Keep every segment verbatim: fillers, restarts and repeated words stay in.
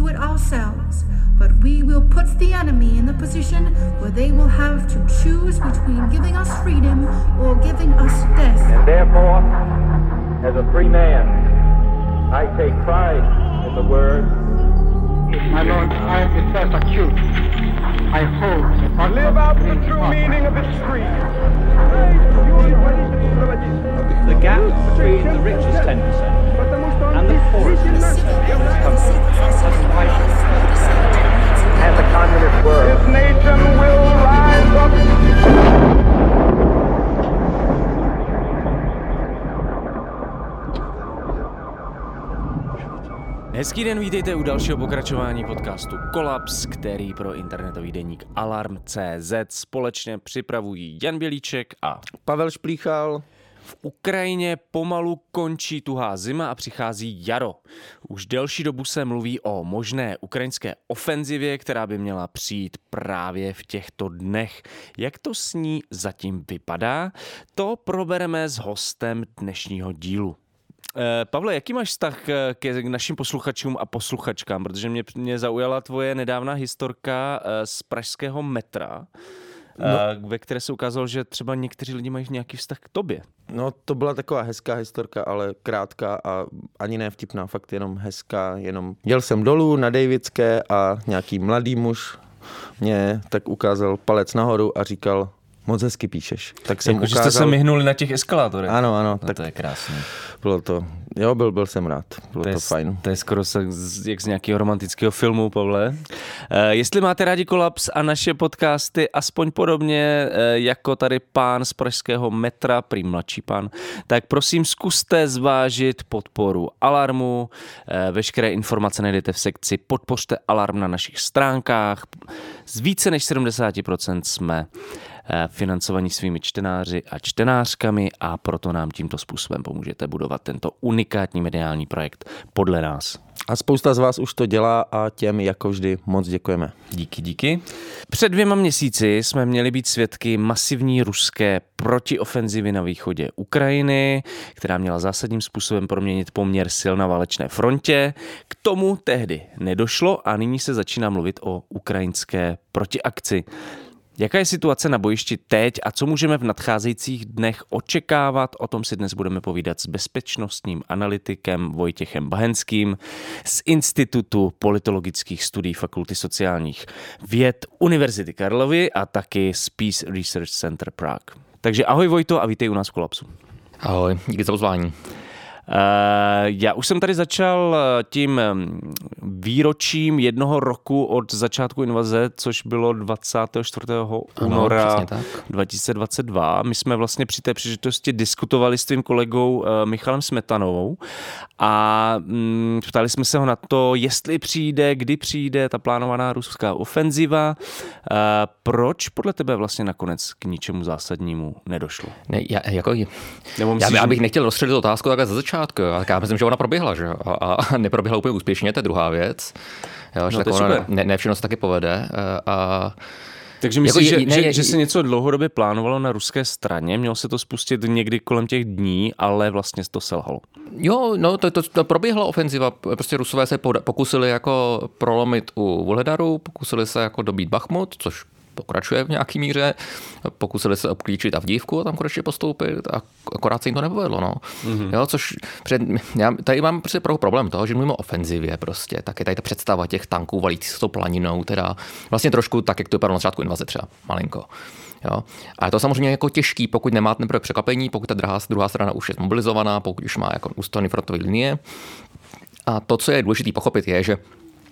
it ourselves, but we will put the enemy in the position where they will have to choose between giving us freedom or giving us death. And therefore, as a free man, I take pride in the word. My Lord, I am the first accused. I hold I live out the true meaning of its creed. The gap between the richest ten percent and the poorest ten percent of this country has widened. And the communist world. This nation will rise up. Hezký den, vítejte u dalšího pokračování podcastu Kolaps, který pro internetový deník Alarm tečka cé zet společně připravují Jan Bělíček a Pavel Šplíchal. V Ukrajině pomalu končí tuhá zima a přichází jaro. Už delší dobu se mluví o možné ukrajinské ofenzivě, která by měla přijít právě v těchto dnech. Jak to s ní zatím vypadá, to probereme s hostem dnešního dílu. Pavle, jaký máš vztah k našim posluchačům a posluchačkám? Protože mě, mě zaujala tvoje nedávná historka z pražského metra, no. Ve které se ukázalo, že třeba někteří lidi mají nějaký vztah k tobě. No, to byla taková hezká historka, ale krátká a ani ne vtipná, fakt jenom hezká. Jenom jel jsem dolů na Davidské a nějaký mladý muž mě tak ukázal palec nahoru a říkal: moc hezky píšeš. Tak jsem jako, ukázal... že jste se myhnuli na těch eskalátorech. Ano, ano. No, tak to je krásné. Bylo to, jo, byl, byl jsem rád. Bylo to, to je, fajn. To je skoro z, jak z nějakého romantického filmu, Pavle. Uh, jestli máte rádi Kolaps a naše podcasty aspoň podobně uh, jako tady pán z pražského metra, prý mladší pán, tak prosím zkuste zvážit podporu Alarmu. Uh, veškeré informace najdete v sekci Podpořte Alarm na našich stránkách. Z více než sedmdesát procent jsme financovaní svými čtenáři a čtenářkami a proto nám tímto způsobem pomůžete budovat tento unikátní mediální projekt podle nás. A spousta z vás už to dělá a těm jako vždy moc děkujeme. Díky, díky. Před dvěma měsíci jsme měli být svědky masivní ruské protiofenzivy na východě Ukrajiny, která měla zásadním způsobem proměnit poměr sil na válečné frontě. K tomu tehdy nedošlo a nyní se začíná mluvit o ukrajinské protiakci. Jaká je situace na bojišti teď a co můžeme v nadcházejících dnech očekávat? O tom si dnes budeme povídat s bezpečnostním analytikem Vojtěchem Bahenským z Institutu politologických studií Fakulty sociálních věd Univerzity Karlovy a taky z Peace Research Center Prague. Takže ahoj Vojto a vítej u nás v Kolapsu. Ahoj, díky za pozvání. Uh, já už jsem tady začal tím výročím jednoho roku od začátku invaze, což bylo dvacátého čtvrtého února dva tisíce dvacet dva. My jsme vlastně při té příležitosti diskutovali s tvým kolegou uh, Michalem Smetanovou a um, ptali jsme se ho na to, jestli přijde, kdy přijde ta plánovaná ruská ofenziva. Uh, proč podle tebe vlastně nakonec k ničemu zásadnímu nedošlo? Ne, já, jako, já, myslíš, já bych nechtěl rozstřelit otázku takhle ze začátku. Tak já myslím, že ona proběhla, že? A, a neproběhla úplně úspěšně, to je druhá věc. Jo, že no, tak ona, ne, ne všechno se taky povede. A, takže myslíš, jako, že, ne, že, ne, že se něco dlouhodobě plánovalo na ruské straně, mělo se to spustit někdy kolem těch dní, ale vlastně to selhalo. Jo, no to, to, to proběhla ofenziva, prostě Rusové se pokusili jako prolomit u Vuhledaru, pokusili se jako dobít Bachmut, což pokračuje v nějaký míře, pokusili se obklíčit Avdívku a tam konečně postoupit a akorát se jim to nepovedlo, no. Mm-hmm. Jo, což před, já tady mám prostě problém toho, že mluvím o ofenzivě prostě, tak je tady ta představa těch tanků valících s tou planinou, teda vlastně trošku tak, jak to vypadalo na začátku invaze třeba, malinko. Jo. A je to samozřejmě jako těžký, pokud nemáte nejprve překvapení, pokud ta druhá, druhá strana už je mobilizovaná, pokud už má jako ústony frontové linie. A to, co je důležité pochopit, je, že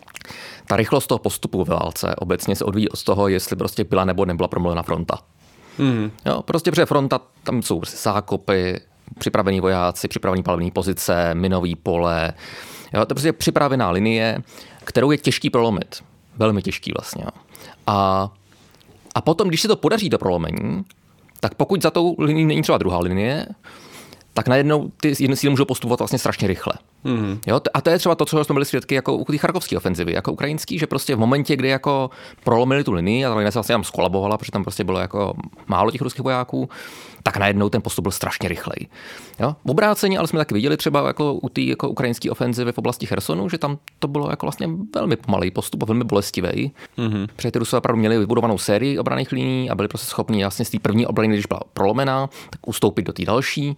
ta rychlost toho postupu ve válce obecně se odvíjí od toho, jestli prostě byla nebo nebyla promluvena fronta. Mm. Jo, prostě protože fronta, tam jsou zákopy, připravení vojáci, připravení palební pozice, minový pole. Jo, to je prostě připravená linie, kterou je těžký prolomit. Velmi těžký vlastně. A, a potom, když se to podaří do prolomení, tak pokud za tou linií není třeba druhá linie, tak najednou ty jedné síly můžou postupovat vlastně strašně rychle. Mm. Jo, a to je třeba to, co jsme byli svědky jako u té charkovské ofenzivy, jako ukrajinský, že prostě v momentě, kdy jako prolomili tu linii a ta linie se vlastně tam skolabovala, protože tam prostě bylo jako málo těch ruských vojáků, tak najednou ten postup byl strašně rychlej. Jo? V obráceně, ale jsme taky viděli třeba jako u té jako ukrajinské ofenzivy v oblasti Chersonu, že tam to bylo jako vlastně velmi pomalý postup a velmi bolestivý. Mm-hmm. Protože ty Rusové opravdu měli vybudovanou sérii obranných linií a byli prostě schopni jasně z té první obrany, když byla prolomená, tak ustoupit do té další.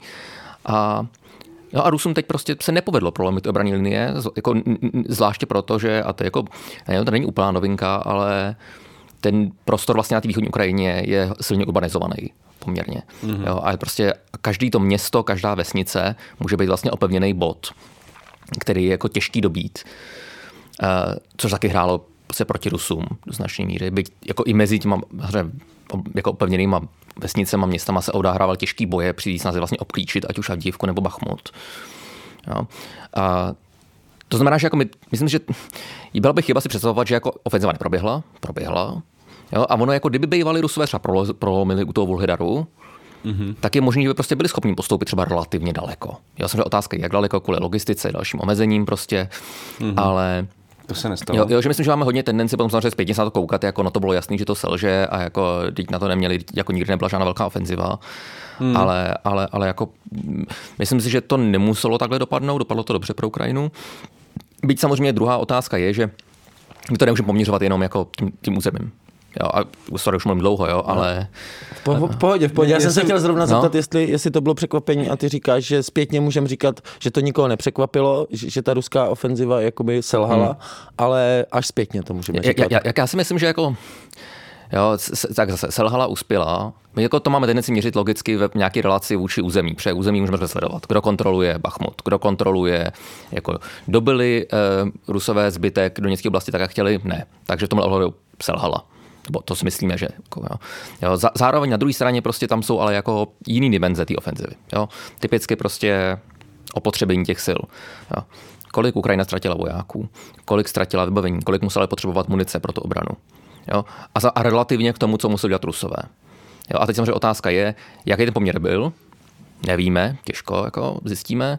A No a Rusům teď prostě se nepovedlo prolomit obranné linie, jako, zvláště proto, že, a to, jako, ne, to není úplná novinka, ale ten prostor vlastně na té východní Ukrajině je silně urbanizovaný poměrně. Mm-hmm. Jo, a prostě každý to město, každá vesnice může být vlastně opevněný bod, který je jako těžký dobít, uh, což taky hrálo se proti Rusům do značné míry. Byť jako i mezi těma jako opevněnýma vesnicema, městama se odehrával těžký boje při snaze vlastně obklíčit, ať už Avdijivku nebo Bachmut. Jo. A to znamená, že jako my, myslím, že byla by chyba si představovat, že jako ofenziva neproběhla, proběhla. Jo. A ono jako kdyby bývali Rusové třeba prolomili u toho Vuhledaru, mm-hmm. tak je možné, že by prostě byli schopni postoupit třeba relativně daleko. Já jsem, že otázka je, jak daleko, kvůli logistice, dalším omezením prostě, mm-hmm. ale to se nestalo. Jo, jo, že myslím, že máme hodně tendenci potom samozřejmě zpětně se na to koukat, jako no to bylo jasný, že to selže a jako teď na to neměli, jako nikdy nebyla žádná velká ofenziva, hmm. ale, ale, ale jako myslím si, že to nemuselo takhle dopadnout, dopadlo to dobře pro Ukrajinu. Byť samozřejmě druhá otázka je, že my to nemůžeme poměřovat jenom jako tím, tím územím. Jo, a sorry, už mluvím dlouho, jo, ale v, po, v pohodě, v pohodě. Já jsem se chtěl zrovna zeptat, no? jestli, jestli to bylo překvapení a ty říkáš, že zpětně můžeme říkat, že to nikoho nepřekvapilo, že, že ta ruská ofenziva jakoby selhala, hmm. ale až zpětně to můžeme říkat. Já, já, já si myslím, že jako jo, tak zase selhala, uspěla. My jako to máme tendenci měřit logicky ve nějaké relaci vůči území. Protože území můžeme sledovat. Kdo kontroluje Bachmut, kdo kontroluje, jako dobili eh, Rusové zbytek Doněcké oblasti tak, jak chtěli? Ne. Takže v tomhle ohledu selhala. Bo to si myslíme, že jako, jo. Jo, zároveň na druhé straně prostě tam jsou ale jako jiný dimenze té ofenzivy. Jo. Typicky prostě opotřebení těch sil. Jo. Kolik Ukrajina ztratila vojáků, kolik ztratila vybavení, kolik musela potřebovat munice pro tu obranu. Jo. A, za, a relativně k tomu, co museli dělat Rusové. Jo. A teď samozřejmě otázka je, jaký ten poměr byl, nevíme, těžko jako zjistíme,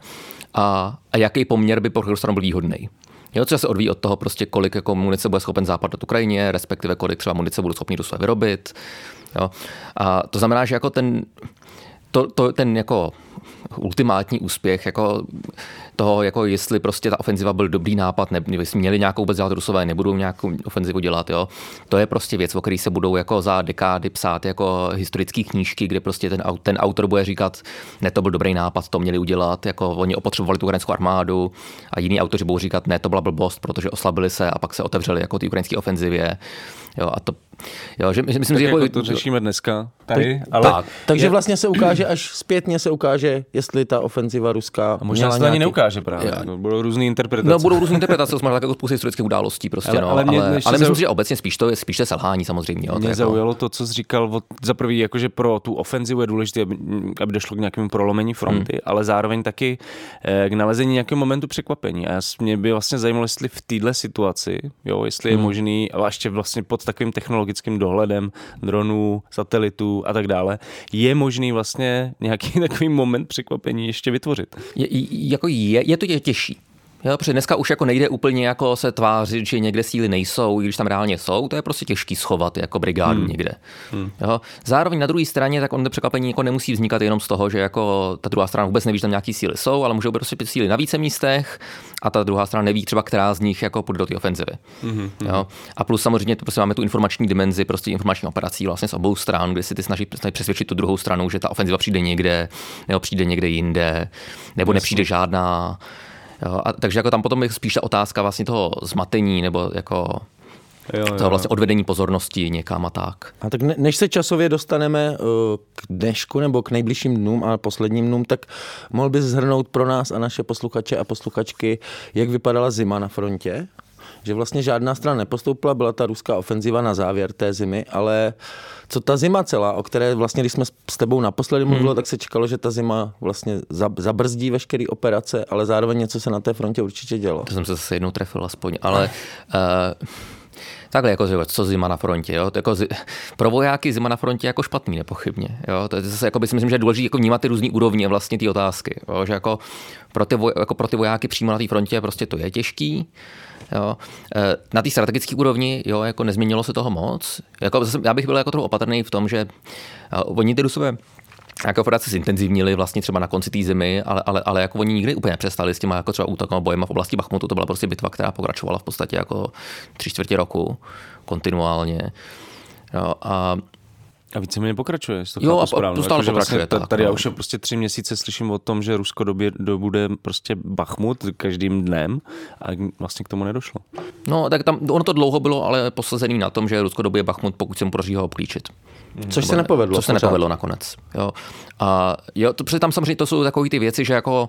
a, a jaký poměr by pro Rusů byl výhodný. Jo, co se odvíjí od toho, prostě, kolik jako munice bude schopen Západ dát Ukrajině, respektive kolik třeba munice budou schopni Rusové vyrobit. Jo. A to znamená, že jako ten, to, to, ten jako ultimátní úspěch jako toho, jako jestli prostě ta ofenziva byl dobrý nápad, ne, jestli měli nějakou vůbec dělat Rusové, nebudou nějakou ofenzivu dělat, jo. To je prostě věc, o který se budou jako za dekády psát jako historické knížky, kde prostě ten, ten autor bude říkat, ne, to byl dobrý nápad, to měli udělat, jako oni opotřebovali tu ukrajinskou armádu a jiní autoři budou říkat, ne, to byla blbost, protože oslabili se a pak se otevřeli jako ty ukrajinské ofenzivě. Jo, a to Jo, že, myslím, tak že jako jako, to řešíme dneska tady, tak, ale tak, takže je, vlastně se ukáže, až zpětně se ukáže, jestli ta ofenziva ruská a možná se to nějaký... ani neukáže právě, no, budou různý interpretace. No, budou různé interpretace, jsme jako spoustu historických událostí prostě, ale, no, ale, mě, ale, ale myslím si, že obecně spíš to je spíš to selhání samozřejmě. Jo, mě jako... zaujalo to, co jsi říkal, za prvý, jakože pro tu ofenzivu je důležité, aby, aby došlo k nějakému prolomení fronty, hmm. ale zároveň taky k nalezení nějakého momentu překvapení. A mě by vlastně zajímalo, jestli v téhle situaci, jo, jestli je hmm. možný, a ještě vlastně pod takovým technologickým dohledem dronů, satelitů a tak dále, je možný vlastně nějaký takový moment překvapení ještě vytvořit. Je, jako je, je to těžší. Jo, protože dneska už jako nejde úplně jako se tvářit, že někde síly nejsou, i když tam reálně jsou, to je prostě těžký schovat jako brigádu hmm. někde. Hmm. Jo. Zároveň na druhé straně tak on to překvapení jako nemusí vznikat jenom z toho, že jako ta druhá strana vůbec neví, že tam nějaký síly jsou, ale můžou být prostě síly na více místech a ta druhá strana neví třeba, která z nich jako půjde do té ofenzivy. Hmm. Jo. A plus samozřejmě prostě máme tu informační dimenzi, prostě informační operací vlastně z obou stran, kde si ty snaží přesvědčit tu druhou stranu, že ta ofenziva přijde někde, nebo přijde někde jinde, nebo nepřijde žádná. Jo, a takže jako tam potom je spíš ta otázka vlastně toho zmatení nebo jako jo, jo. toho vlastně odvedení pozornosti někam a tak. A tak ne, než se časově dostaneme k dnešku nebo k nejbližším dnům a posledním dnům, tak mohl bys shrnout pro nás a naše posluchače a posluchačky, jak vypadala zima na frontě? Že vlastně žádná strana nepostoupila, byla ta ruská ofenziva na závěr té zimy, ale co ta zima celá, o které vlastně, když jsme s tebou naposledy mluvilo, hmm. tak se čekalo, že ta zima vlastně zabrzdí veškeré operace, ale zároveň něco se na té frontě určitě dělo. To jsem se zase jednou trefil aspoň, ale uh, Takhle jako co zima na frontě, jo? To jako zi, pro vojáky zima na frontě jako špatný, nepochybně. Jo? To je zase, jako by si myslím, že je důležité jako vnímat ty různý úrovně vlastně ty otázky. Jo? Že jako pro, ty voj, jako pro ty vojáky přímo na té frontě prostě to je těžký. Jo. Na té strategické úrovni jo, jako nezměnilo se toho moc. Jako, já bych byl jako trochu opatrný v tom, že oni ty Rusové jako operace zintenzivnili vlastně třeba na konci té zimy, ale, ale, ale jako oni nikdy úplně nepřestali s těma jako třeba útokem a bojema v oblasti Bachmutu. To byla prostě bitva, která pokračovala v podstatě jako tři čtvrtě roku kontinuálně. Jo, a A víceméně pokračuje, to jo, a správně. to stále jako, pokračuje. Vlastně, tak, tady no. já už prostě tři měsíce slyším o tom, že Rusko době, dobude prostě Bachmut každým dnem a vlastně k tomu nedošlo. No, tak tam ono to dlouho bylo, ale posazený na tom, že Rusko dobije Bachmut, pokud se mu podaří ho obklíčit. Což se nepovedlo. Což se nepovedlo nakonec. Jo. A jo, to, protože tam samozřejmě to jsou takové ty věci, že jako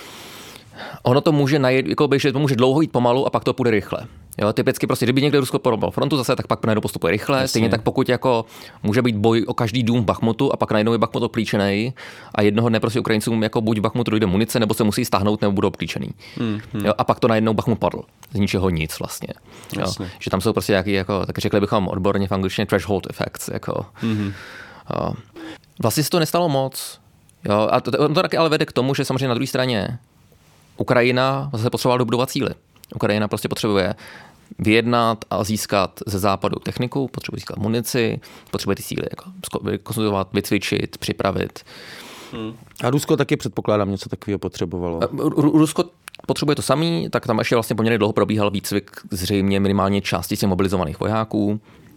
ono to může najít, jako by, že to může dlouho jít pomalu a pak to půjde rychle. Jo, typicky prostě, kdyby někde Rusko porobilo frontu zase, tak pak najednou postupuje rychle. Jasně. Stejně tak pokud jako může být boj o každý dům v Bachmutu a pak najednou je Bachmut obklíčený a jednoho dne prostě Ukrajincům jako buď v Bachmutu dojde munice, nebo se musí stáhnout, nebo budou obklíčený. Hmm, hmm. Jo, a pak to najednou Bachmut padl. Z ničeho nic vlastně. Jo, že tam jsou prostě nějaký, jako, tak řekli bychom odborně v angličtině threshold effects. Jako. Hmm. Jo. Vlastně se to nestalo moc. Jo, a to, to, to taky ale vede k tomu, že samozřejmě na druhé straně Ukrajina zase potřebovala dobudovat síly. Ukrajina prostě potřebuje vyjednat a získat ze západu techniku, potřebuje získat munici, potřebuje ty síly jako konsolidovat, vycvičit, připravit. Hmm. A Rusko taky předpokládám něco takového potřebovalo. Rusko potřebuje to samý, tak tam ještě vlastně poměrně dlouho probíhal výcvik zřejmě minimálně části těch mobilizovaných vojáků.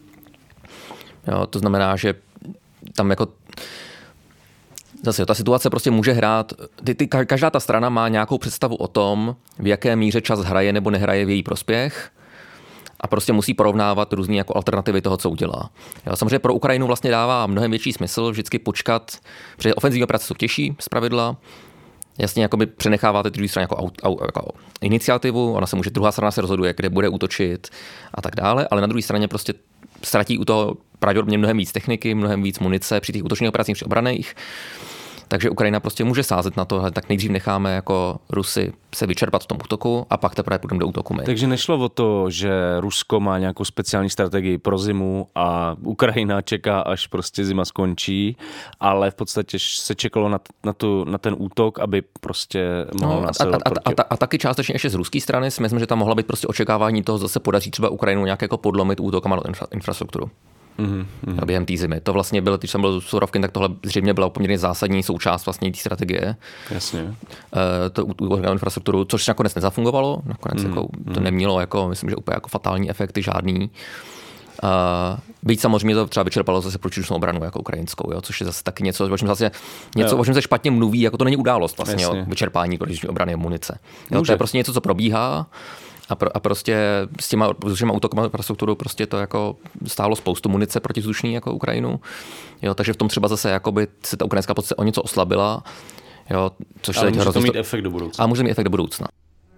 Jo, to znamená, že tam jako zase ta situace prostě může hrát, ty, ty, každá ta strana má nějakou představu o tom, v jaké míře čas hraje nebo nehraje v její prospěch a prostě musí porovnávat různé jako alternativy toho, co udělá. Jo, samozřejmě pro Ukrajinu vlastně dává mnohem větší smysl vždycky počkat, protože ofenzivní operace jsou těžší zpravidla, jasně jakoby přenecháváte druhé straně jako, au, jako iniciativu, ona se může, druhá strana se rozhoduje, kde bude útočit a tak dále, ale na druhé straně prostě ztratí u toho pravděpodobně mnohem víc techniky, mnohem víc munice při těch útočných operacích, při obraných. Takže Ukrajina prostě může sázet na to, tak nejdřív necháme jako Rusy se vyčerpat v tom útoku a pak teprve půjdeme do útoku my. Takže nešlo o to, že Rusko má nějakou speciální strategii pro zimu a Ukrajina čeká, až prostě zima skončí, ale v podstatě se čekalo na, na, tu, na ten útok, aby prostě mohl no, následovat a, a, proti... a, a, a taky částečně ještě z ruské strany si myslím, že tam mohla být prostě očekávání toho, zase podaří třeba Ukrajinu nějak jako podlomit útokem na infra, infrastrukturu. Mm-hmm. Během té zimy. To vlastně bylo, když jsem byl Surovkin, tak tohle zřejmě byla poměrně zásadní součást vlastně té strategie. Jasně. E, to útok infrastrukturu, což nakonec nezafungovalo. Nakonec mm-hmm. jako, to nemělo jako, myslím, že úplně jako fatální efekty žádný. Uh, byť samozřejmě to třeba vyčerpalo zase protivzdušnou obranu jako ukrajinskou, jo, což je zase taky něco, o čem zase něco, o čem se špatně mluví, jako to není událost vlastně, jo, vyčerpání protivzdušné obrany a munice. Jo, to je prostě něco, co probíhá. A, pro, a prostě s těma vzdušnýma útokama infrastrukturu prostě to jako stálo spoustu munice protivzdušný jako Ukrajinu. Jo, takže v tom třeba zase jakoby se ta ukrajinská pozice o něco oslabila. Jo, což ale může to mít sto... efekt do budoucna. A může mít efekt do budoucna.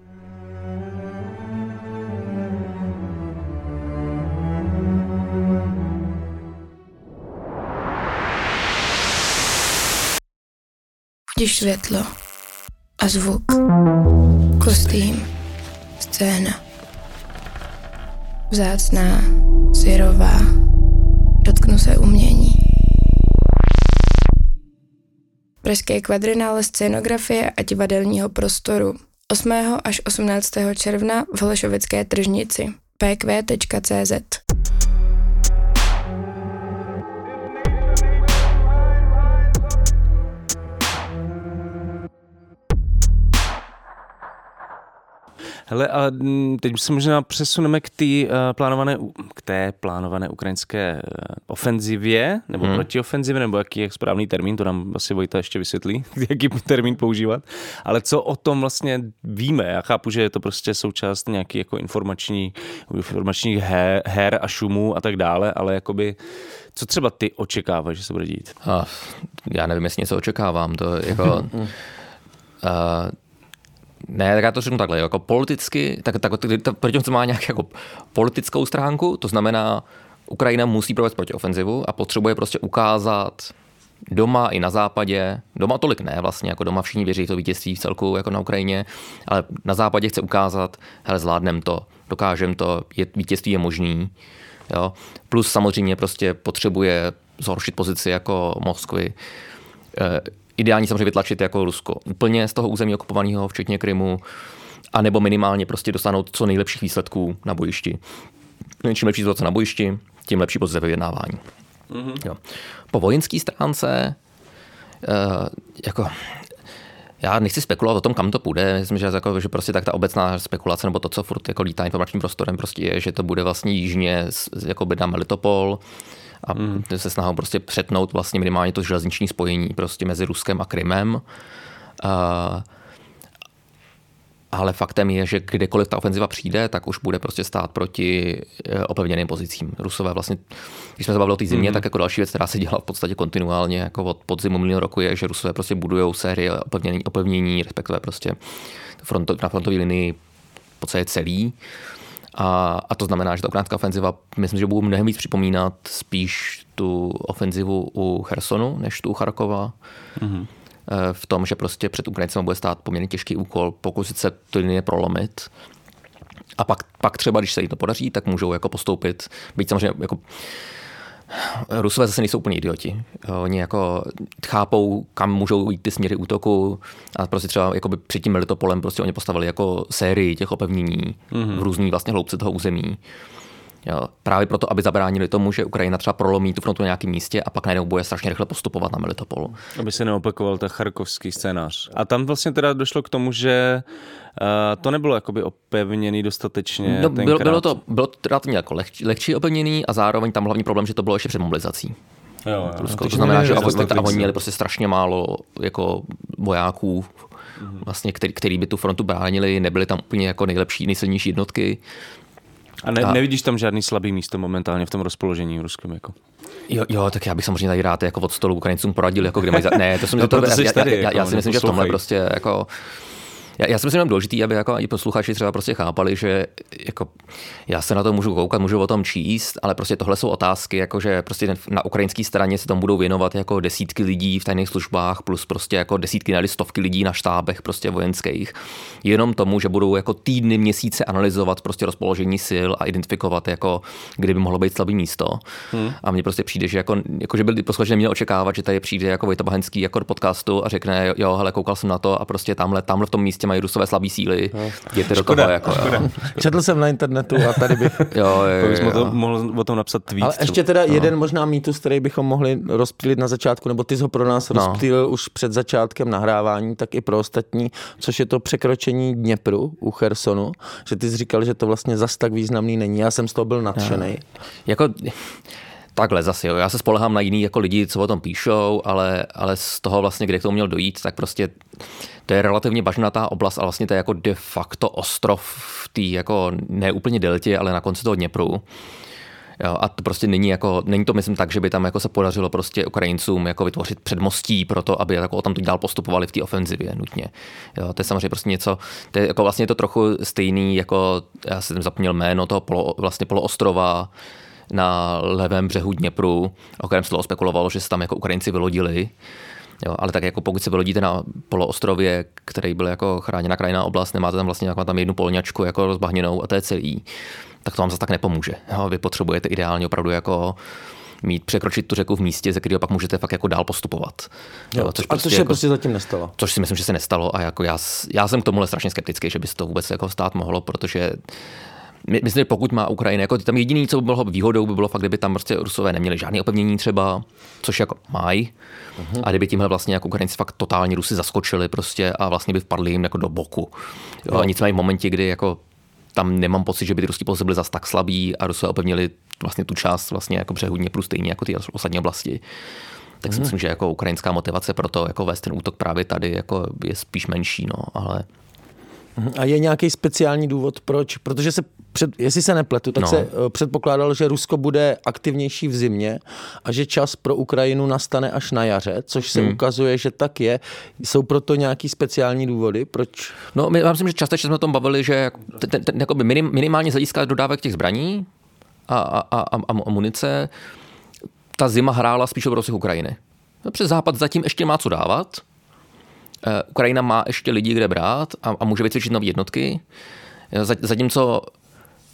Když světlo a zvuk, kostým, scéna, vzácná, syrová, dotknu se umění. Pražské kvadrinále scénografie a divadelního prostoru osmého až osmnáctého června v Holešovické tržnici p q tečka c z. Hele, a teď se možná přesuneme k té uh, plánované, k té plánované ukrajinské uh, ofenzivě, nebo hmm. protiofenzivě, nebo jaký je správný termín, to nám asi Vojta ještě vysvětlí, jaký termín používat. Ale co o tom vlastně víme? Já chápu, že je to prostě součást nějaký jako informační, informačních her, her a šumů a tak dále, ale jakoby, co třeba ty očekáváš, že se bude dít? Ah, já nevím, jestli něco očekávám. To jako... uh, Ne, tak já to řeknu takhle, jako politicky, tak, tak to protiofenziva má nějak jako politickou stránku, to znamená, Ukrajina musí provést protiofenzivu a potřebuje prostě ukázat doma i na západě, doma tolik ne vlastně, jako doma všichni věří v to vítězství v celku jako na Ukrajině, ale na západě chce ukázat, hele, zvládnem to, dokážeme to, je, vítězství je možný. Jo. Plus samozřejmě prostě potřebuje zhoršit pozici jako Moskvy. E, ideální samozřejmě vytlačit jako Rusko úplně z toho území okupovaného, včetně Krymu, anebo minimálně prostě dosáhnout co nejlepších výsledků na bojišti. Čím lepší situace na bojišti, tím lepší pozice ve vyjednávání. Mm-hmm. Jo. Po vojenské stránce e, jako já nechci spekulovat o tom, kam to půjde. Myslím, že, jako, že prostě tak ta obecná spekulace nebo to, co furt jako lítá informačním prostorem, prostě je, že to bude vlastně jižně jako by na Melitopol a mm. se snahou prostě přetnout vlastně minimálně to železniční spojení prostě mezi Ruskem a Krymem. A, ale faktem je, že kdekoliv ta ofenziva přijde, tak už bude prostě stát proti opevněným pozicím. Rusové vlastně, když jsme se bavili o té zimě, mm. tak jako další věc, která se dělá v podstatě kontinuálně jako od podzimu minulého roku, je, že Rusové prostě budujou série opevnění, opevnění respektive prostě fronto, na frontové linii v podstatě celý. A, a to znamená, že ta ukrajinská ofenziva, myslím, že budou mnohem víc připomínat spíš tu ofenzivu u Chersonu, než tu u Charkova. Mm. V tom, že prostě před Ukrajincem bude stát poměrně těžký úkol, pokusit se ty linie prolomit. A pak, pak třeba, když se jí to podaří, tak můžou jako postoupit. Byť samozřejmě jako Rusové zase nejsou úplně idioti. Oni jako chápou, kam můžou jít ty směry útoku a prostě třeba jako by před tím Melitopolem prostě oni postavili jako sérii těch opevnění mm-hmm. v různý vlastně hloubce toho území. Jo, právě proto, aby zabránili tomu, že Ukrajina třeba prolomí tu frontu na nějakém místě a pak najednou bude strašně rychle postupovat na Melitopol. Aby se neopakoval ten charkovský scénář. A tam vlastně teda došlo k tomu, že uh, to nebylo jakoby opevněný dostatečně. No, bylo, bylo to bylo to relativně jako lehčí, lehčí opevněný a zároveň tam hlavní problém, že to bylo ještě před mobilizací. Jo, jo. Rusko, to, to znamená, že oni měli prostě strašně málo jako vojáků, mm-hmm. vlastně, který, který by tu frontu bránili, nebyly tam úplně jako nejlepší, nejsilnější jednotky. A, ne, a nevidíš tam žádný slabý místo momentálně v tom rozpoložení v ruském jako? Jo, jo, tak já bych samozřejmě tady rád jako od stolu Ukrajincům poradil, jako kde mají za... Ne, to jsem no, to, to já, tady, já, já, já si myslím, že v tomhle prostě jako... Já, já si myslím, že je důležitý, aby jako i posluchači třeba prostě chápali, že jako já se na to můžu koukat, můžu o tom číst, ale prostě tohle jsou otázky, jako že prostě na ukrajinské straně se tomu budou věnovat jako desítky lidí v tajných službách plus prostě jako desítky nebo stovky lidí na štábech prostě vojenských. Jenom tomu, že budou jako týdny, měsíce analyzovat prostě rozpoložení sil a identifikovat jako kde by mohlo být slabý místo. Hmm. A mně prostě přijde, že jako, jako že by posluchači neměli očekávat, že tady přijde jako Vojta Bahenský jako do podcastu a řekne, jo, hele, koukal jsem na to a prostě tamhle, tamhle v tom místě mají Rusové slabý síly. Jděte do toho jako, jo. Četl jsem na internetu a tady bych jo, jo, jo, jo. To, mohl o tom napsat tweet. Ale ještě teda no. jeden možná mýtus, který bychom mohli rozptýlit na začátku, nebo ty jsi ho pro nás no. rozptýlil už před začátkem nahrávání, tak i pro ostatní, což je to překročení Dněpru u Chersonu, že ty jsi říkal, že to vlastně zas tak významný není. Já jsem z toho byl nadšenej. No. Jako takhle zase, jo. Já se spolehám na jiný jako lidi, co o tom píšou, ale, ale z toho vlastně, kde k tomu měl dojít, tak prostě to je relativně bažnatá oblast a vlastně to je jako de facto ostrov v té jako neúplně deltě, ale na konci toho Dněpru. Jo, a to prostě není jako, není to myslím tak, že by tam jako se podařilo prostě Ukrajincům jako vytvořit předmostí pro to, aby jako tam dál postupovali v té ofenzivě nutně. Jo, to je samozřejmě prostě něco, to je jako vlastně to trochu stejný, jako já jsem zapomněl jméno toho polo, vlastně poloostrova na levém břehu Dněpru, o kterém se toho spekulovalo, že se tam jako Ukrajinci vylodili. Jo, ale tak jako pokud se vylodíte na poloostrově, který byl jako chráněná krajinná oblast, nemáte tam vlastně jako tam jednu polňačku jako rozbahněnou a to je celý, tak to vám zase tak nepomůže. Jo, vy potřebujete ideálně opravdu jako mít, překročit tu řeku v místě, ze kterého pak můžete fakt jako dál postupovat. Jo, jo, což a prostě, což se jako, prostě zatím nestalo. Což si myslím, že se nestalo a jako já, já jsem k tomuhle strašně skeptický, že by se to vůbec jako stát mohlo, protože myslím, že pokud má Ukrajina, jako tam jediný, co by bylo výhodou, by bylo fakt, kdyby tam prostě Rusové neměli žádné opevnění třeba, což jako mají. Uh-huh. A kdyby tímhle vlastně jako Ukrajinci fakt totálně Rusy zaskočili prostě a vlastně by vpadli jim jako do boku. Jo, no. A nicméně v momentě, kdy jako tam nemám pocit, že by ty ruský pozice byly zas tak slabý a Rusové opevnili vlastně tu část vlastně jako břehu Dněpru stejně jako ty osadní oblasti. Tak si uh-huh. myslím, že jako ukrajinská motivace pro to jako vést ten útok právě tady jako je spíš menší, no, ale a je nějaký speciální důvod, proč? Protože se, před, jestli se nepletu, tak no. se předpokládalo, že Rusko bude aktivnější v zimě a že čas pro Ukrajinu nastane až na jaře, což se hmm. ukazuje, že tak je. Jsou proto nějaký speciální důvody, proč? No, my, já myslím, že často jsme o tom bavili, že ten, ten, ten, minim, minimálně z hlediska dodávek těch zbraní a, a, a, a, a munice, ta zima hrála spíš o prospěch Ukrajiny. Přes Západ zatím ještě má co dávat. Ukrajina má ještě lidi, kde brát a, a může vycvičit nové jednotky. Zatímco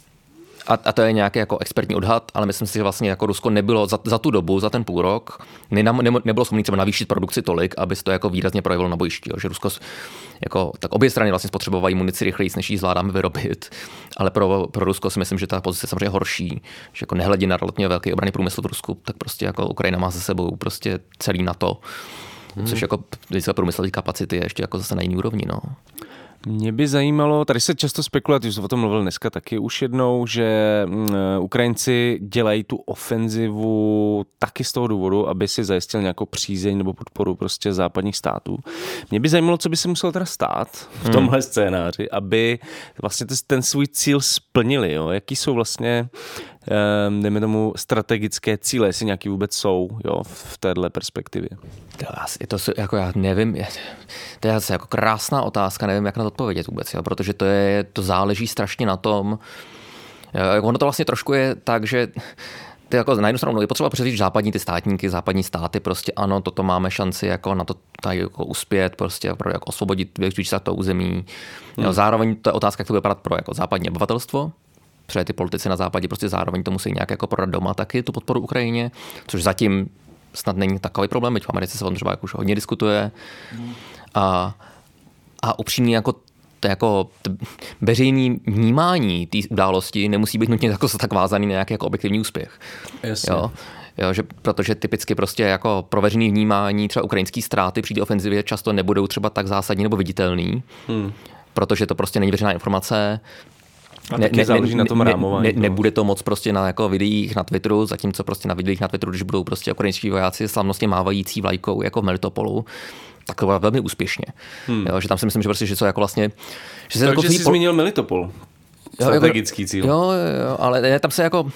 A, a to je nějaký jako expertní odhad, ale myslím si, že vlastně jako Rusko nebylo za, za tu dobu, za ten půl rok, ne, ne, nebylo schopné třeba navýšit produkci tolik, aby se to jako výrazně projevilo na bojišti. Jo. Že Rusko, jako, tak obě strany vlastně spotřebovají munici rychleji, než ji zvládáme vyrobit, ale pro, pro Rusko si myslím, že ta pozice je samozřejmě horší, že jako nehledě na relativně velký obranný průmysl v Rusku, tak prostě jako Ukrajina má za sebou prostě celý NATO, hmm. což jako průmyslové kapacity je ještě jako zase na jiný úrovni. No. Mě by zajímalo, tady se často spekuluje, ty jsi o tom mluvil dneska taky už jednou, že Ukrajinci dělají tu ofenzivu taky z toho důvodu, aby si zajistil nějakou přízeň nebo podporu prostě západních států. Mě by zajímalo, co by se muselo teda stát v tomhle hmm. scénáři, aby vlastně ten svůj cíl splnili. Jo? Jaký jsou vlastně, dejme tomu, strategické cíle, jestli nějaký vůbec jsou, jo, v téhle perspektivě? Je to, jako já nevím, je, to je zase jako krásná otázka, nevím, jak na to odpovědět vůbec, jo, protože to, je, to záleží strašně na tom, jo, ono to vlastně trošku je tak, že ty jako na jednu stranu je potřeba přesvědčit západní ty státníky, západní státy, prostě ano, toto máme šanci jako na to tady jako uspět, prostě jako osvobodit větší část toho území. Hmm. Jo, zároveň to je otázka, jak to bude vypadat pro jako západní obyvatelstvo, protože ty politici na západě prostě zároveň to musí nějak jako prodat doma taky, tu podporu Ukrajině, což zatím snad není takový problém, byť v Americe se o tom třeba už hodně diskutuje. A, a upřímně jako to jako veřejné vnímání té události nemusí být nutně jako tak vázaný na nějaký jako objektivní úspěch. Jasně. Jo? Jo, že, protože typicky prostě jako pro veřejné vnímání třeba ukrajinský ztráty při té ofenzivě často nebudou třeba tak zásadní nebo viditelný, hmm. protože to prostě není veřejná informace. A ne, ne, záleží ne, na tom rámování. Ne, ne, nebude to moc prostě na jako videích na Twitteru, zatímco prostě na videích na Twitteru, když budou prostě ukrajinští vojáci slavnostně mávající vlajkou jako v Melitopolu, tak to bylo velmi úspěšně. Hmm. Jo, že tam si myslím, že prostě, že co jako vlastně... Že se Takže jako jsi pol... zmínil Melitopol. Strategický jo, cíl. Jo, jo, ale ne, tam se jako...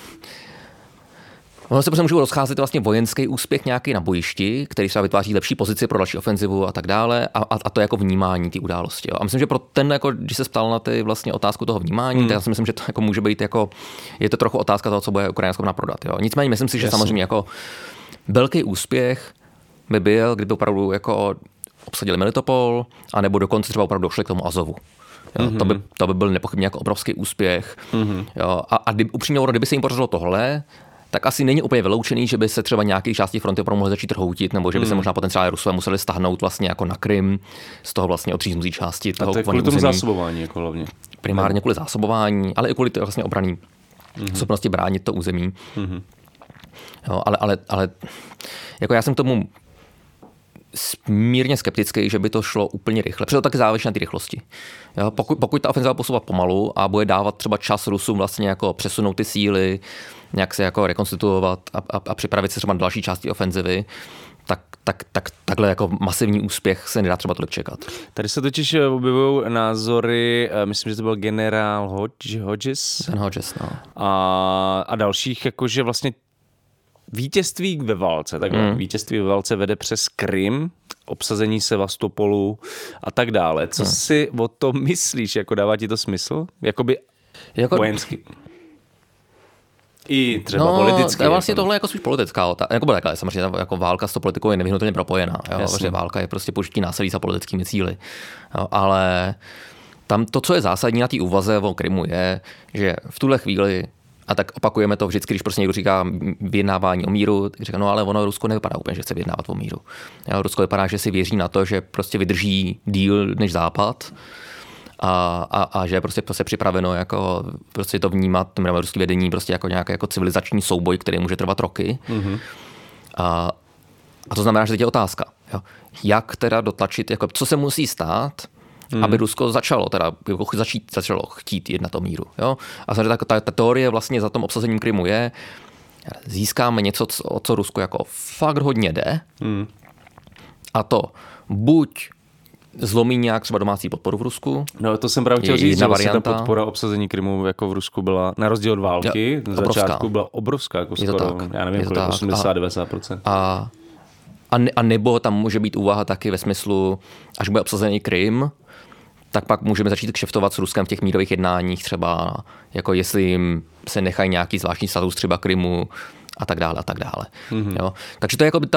Ono se prostě můžou rozcházet vlastně vojenský úspěch nějaký na bojišti, který se vytváří lepší pozici pro další ofenzivu a tak dále, a, a, a to je jako vnímání té události. Jo. A myslím, že pro ten, jako, když se ptal na ty vlastně otázku toho vnímání, hmm. tak já si myslím, že to jako může být jako, je to trochu otázka toho, co bude Ukrajina schopná prodat. Jo. Nicméně myslím si, že Jasně. samozřejmě jako velký úspěch by byl, kdyby opravdu jako obsadili Melitopol, anebo dokonce třeba opravdu došli k tomu Azovu. Jo, mm-hmm. to, by, to by byl nepochybně jako obrovský úspěch. Mm-hmm. Jo, a, a kdy, upřímně, kdyby se jim podařilo tohle, tak asi není úplně vyloučený, že by se třeba nějaké části fronty opravdu mohly začít rhoutit, nebo že by se možná potenciálně Rusové museli stáhnout vlastně jako na Krym z toho vlastně odříznutí části toho. A to je kvůli tomu zásobování jako hlavně. Primárně kvůli zásobování, ale i kvůli vlastně obraný mm-hmm. schopnosti bránit to území. Mm-hmm. Jo, ale, ale, ale jako já jsem k tomu mírně skeptický, že by to šlo úplně rychle. Protože to taky záleží na té rychlosti. Jo, pokud, pokud ta ofenziva posouvat pomalu a bude dávat třeba čas Rusům vlastně jako přesunout ty síly, nějak se jako rekonstituovat a, a, a připravit se třeba na další části ofenzivy, tak, tak, tak takhle jako masivní úspěch se nedá třeba tolik čekat. Tady se totiž objevují názory, myslím, že to byl generál Hodge, Hodges. Ten Hodges, no. A, a dalších, jakože vlastně vítězství ve válce, takhle. Mm. Vítězství ve válce vede přes Krym, obsazení Sevastopolu a tak dále. Co mm. si o tom myslíš? Jako dává ti to smysl? Jakoby jako... vojensky. I třeba no, politicky. No, vlastně jako... tohle je jako spíš politická otázka. Jako takhle, samozřejmě jako válka s tou politikou je nevyhnutelně propojená. Jo? Protože válka je prostě použití násilí za politickými cíli. Jo? Ale tam to, co je zásadní na té úvaze o Krymu, je, že v tuhle chvíli a tak opakujeme to vždycky, když prostě někdo říká vyjednávání o míru, tak říká, no ale ono Rusko nevypadá úplně, že chce vyjednávat o míru. Jo, Rusko vypadá, že si věří na to, že prostě vydrží díl než Západ a, a, a že prostě to se připraveno jako prostě to vnímat, to ruské vedení prostě jako nějaký jako civilizační souboj, který může trvat roky. Mm-hmm. A, a to znamená, že teď je otázka, jo, jak teda dotlačit, jako co se musí stát, Hmm. aby Rusko začalo, teda začít, začalo chtít jednat o míru. Jo? A samozřejmě ta, ta, ta teorie vlastně za tom obsazením Krymu je, získáme něco, o co Rusko jako fakt hodně jde, hmm. a to buď zlomí nějak třeba domácí podporu v Rusku. No to jsem právě chtěl říct, že vlastně ta podpora obsazení Krymu jako v Rusku byla, na rozdíl od války, na začátku byla obrovská, jako skoro, já nevím, kolik, osmdesát až devadesát procent. A, a, ne, a nebo tam může být úvaha taky ve smyslu, až bude obsazený Krym, tak pak můžeme začít kšeftovat s Ruskem v těch mírových jednáních, třeba jako jestli jim se nechají nějaký zvláštní status třeba Krymu a tak dále a tak dále. Mm-hmm. Jo? Takže to je jako ta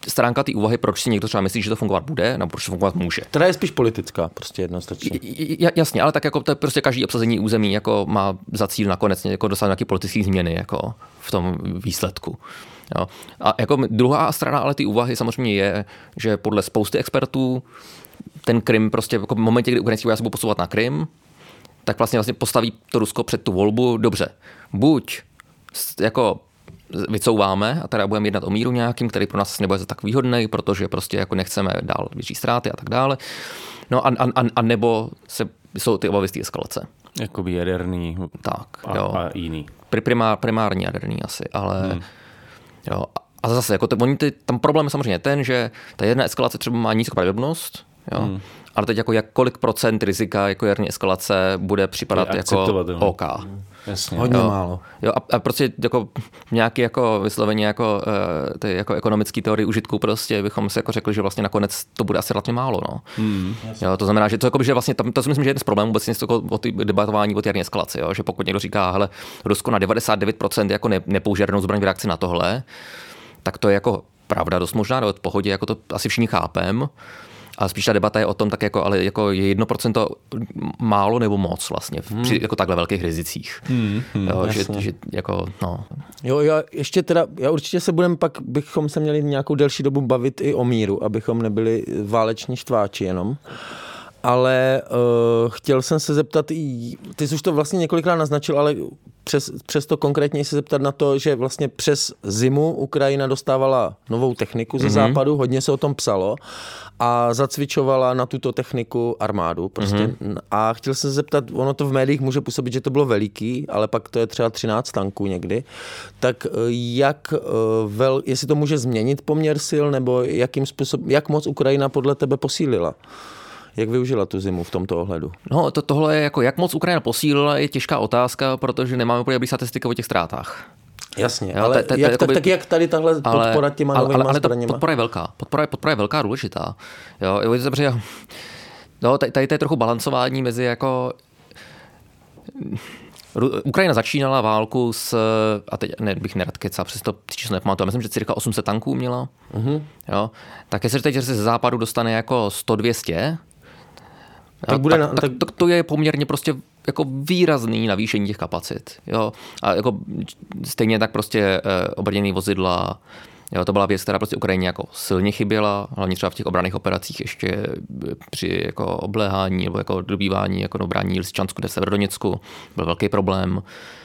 stránka té úvahy, proč si někdo třeba myslí, že to fungovat bude, nebo proč to fungovat může. Teda je spíš politická, prostě jednoznačně. Jasně, ale tak jako to prostě každý obsazení území jako má za cíl nakonec jako dosáhnout nějaké politické změny jako v tom výsledku. Jo. A jako druhá strana ale ty úvahy samozřejmě je, že podle spousty expertů ten Krym prostě jako v momentě, kdy ukrajinský vojáci budou posouvat na Krym, tak vlastně, vlastně postaví to Rusko před tu volbu. Dobře, buď jako vycouváme a teda budeme jednat o míru nějakým, který pro nás nebude tak výhodný, protože prostě jako nechceme dál větší ztráty a tak dále. No a, a, a nebo se, jsou ty obavy z té eskalace. Jakoby jaderný tak, a, jo. a jiný. Primár, primární jaderný asi, ale hmm. jo. A zase, jako to, oni ty, tam problém je samozřejmě ten, že ta jedna eskalace třeba má nízkou pravděpodobnost, jo. Hmm. Ale teď jako jak kolik procent rizika jako jaderní eskalace bude připadat jako OK. Jasně. Hodně jo. málo. Jo, a, a prostě jako nějaký jako vysloveně jako, uh, ty jako ekonomický teorie užitku prostě bychom si jako řekli, že vlastně nakonec to bude asi relativně málo. No. Hmm. Jo, to znamená, že to, jako, že vlastně tam, to si myslím, že je jeden z problémů vůbec něco o ty debatování o té jaderné eskalaci. Jo? Že pokud někdo říká, hele, Rusko na devadesát devět procent jako ne, nepoužije jadernou zbraň v reakci na tohle, tak to je jako pravda dost možná, do pohodě, jako to asi všichni chápem. A spíš ta debata je o tom, tak jako, ale jako je jedno procento málo nebo moc vlastně v, hmm. při jako takhle velkých rizicích. Hmm, hmm, jo, že, že jako, no. Jo, já ještě teda, já určitě se budeme pak, bychom se měli nějakou delší dobu bavit i o míru, abychom nebyli váleční štváči jenom. Ale uh, chtěl jsem se zeptat, ty jsi už to vlastně několikrát naznačil, ale přes, přes to konkrétně se zeptat na to, že vlastně přes zimu Ukrajina dostávala novou techniku ze mm-hmm. západu, hodně se o tom psalo a zacvičovala na tuto techniku armádu. Prostě. Mm-hmm. A chtěl jsem se zeptat, ono to v médiích může působit, že to bylo veliký, ale pak to je třeba třináct tanků někdy. Tak jak, vel, jestli to může změnit poměr sil, nebo jakým způsobem, jak moc Ukrajina podle tebe posílila? Jak využila tu zimu v tomto ohledu? No, to, tohle je jako, jak moc Ukrajina posílila, je těžká otázka, protože nemáme úplně dobrý statistiky o těch ztrátách. Jasně, jo, ale te, te, jak, jakoby, tak, tak jak tady tahle ale, podpora těma novýma ale, ale zbraněma? podpora je velká. Podpora je, podpora je velká, důležitá. Jo, jo, dobře, no, tady, tady to je trochu balancování mezi jako... Ukrajina začínala válku s, a teď ne, bych nerad kecal, přesto ty číslo nepamatuju, myslím, že cirka osm set tanků měla. Uh-huh. Jo, tak jestli teď se ze západu dostane jako sto dvě stě, tak, jo, bude tak, na, tak, tak to je poměrně prostě jako výrazný navýšení těch kapacit. Jo. A jako stejně tak prostě eh, obrněný vozidla, jo, to byla věc, která prostě Ukrajině jako silně chyběla, hlavně třeba v těch obranných operacích ještě při jako obléhání nebo jako dobývání jako obrání Lysčansku v Severodoněcku byl velký problém.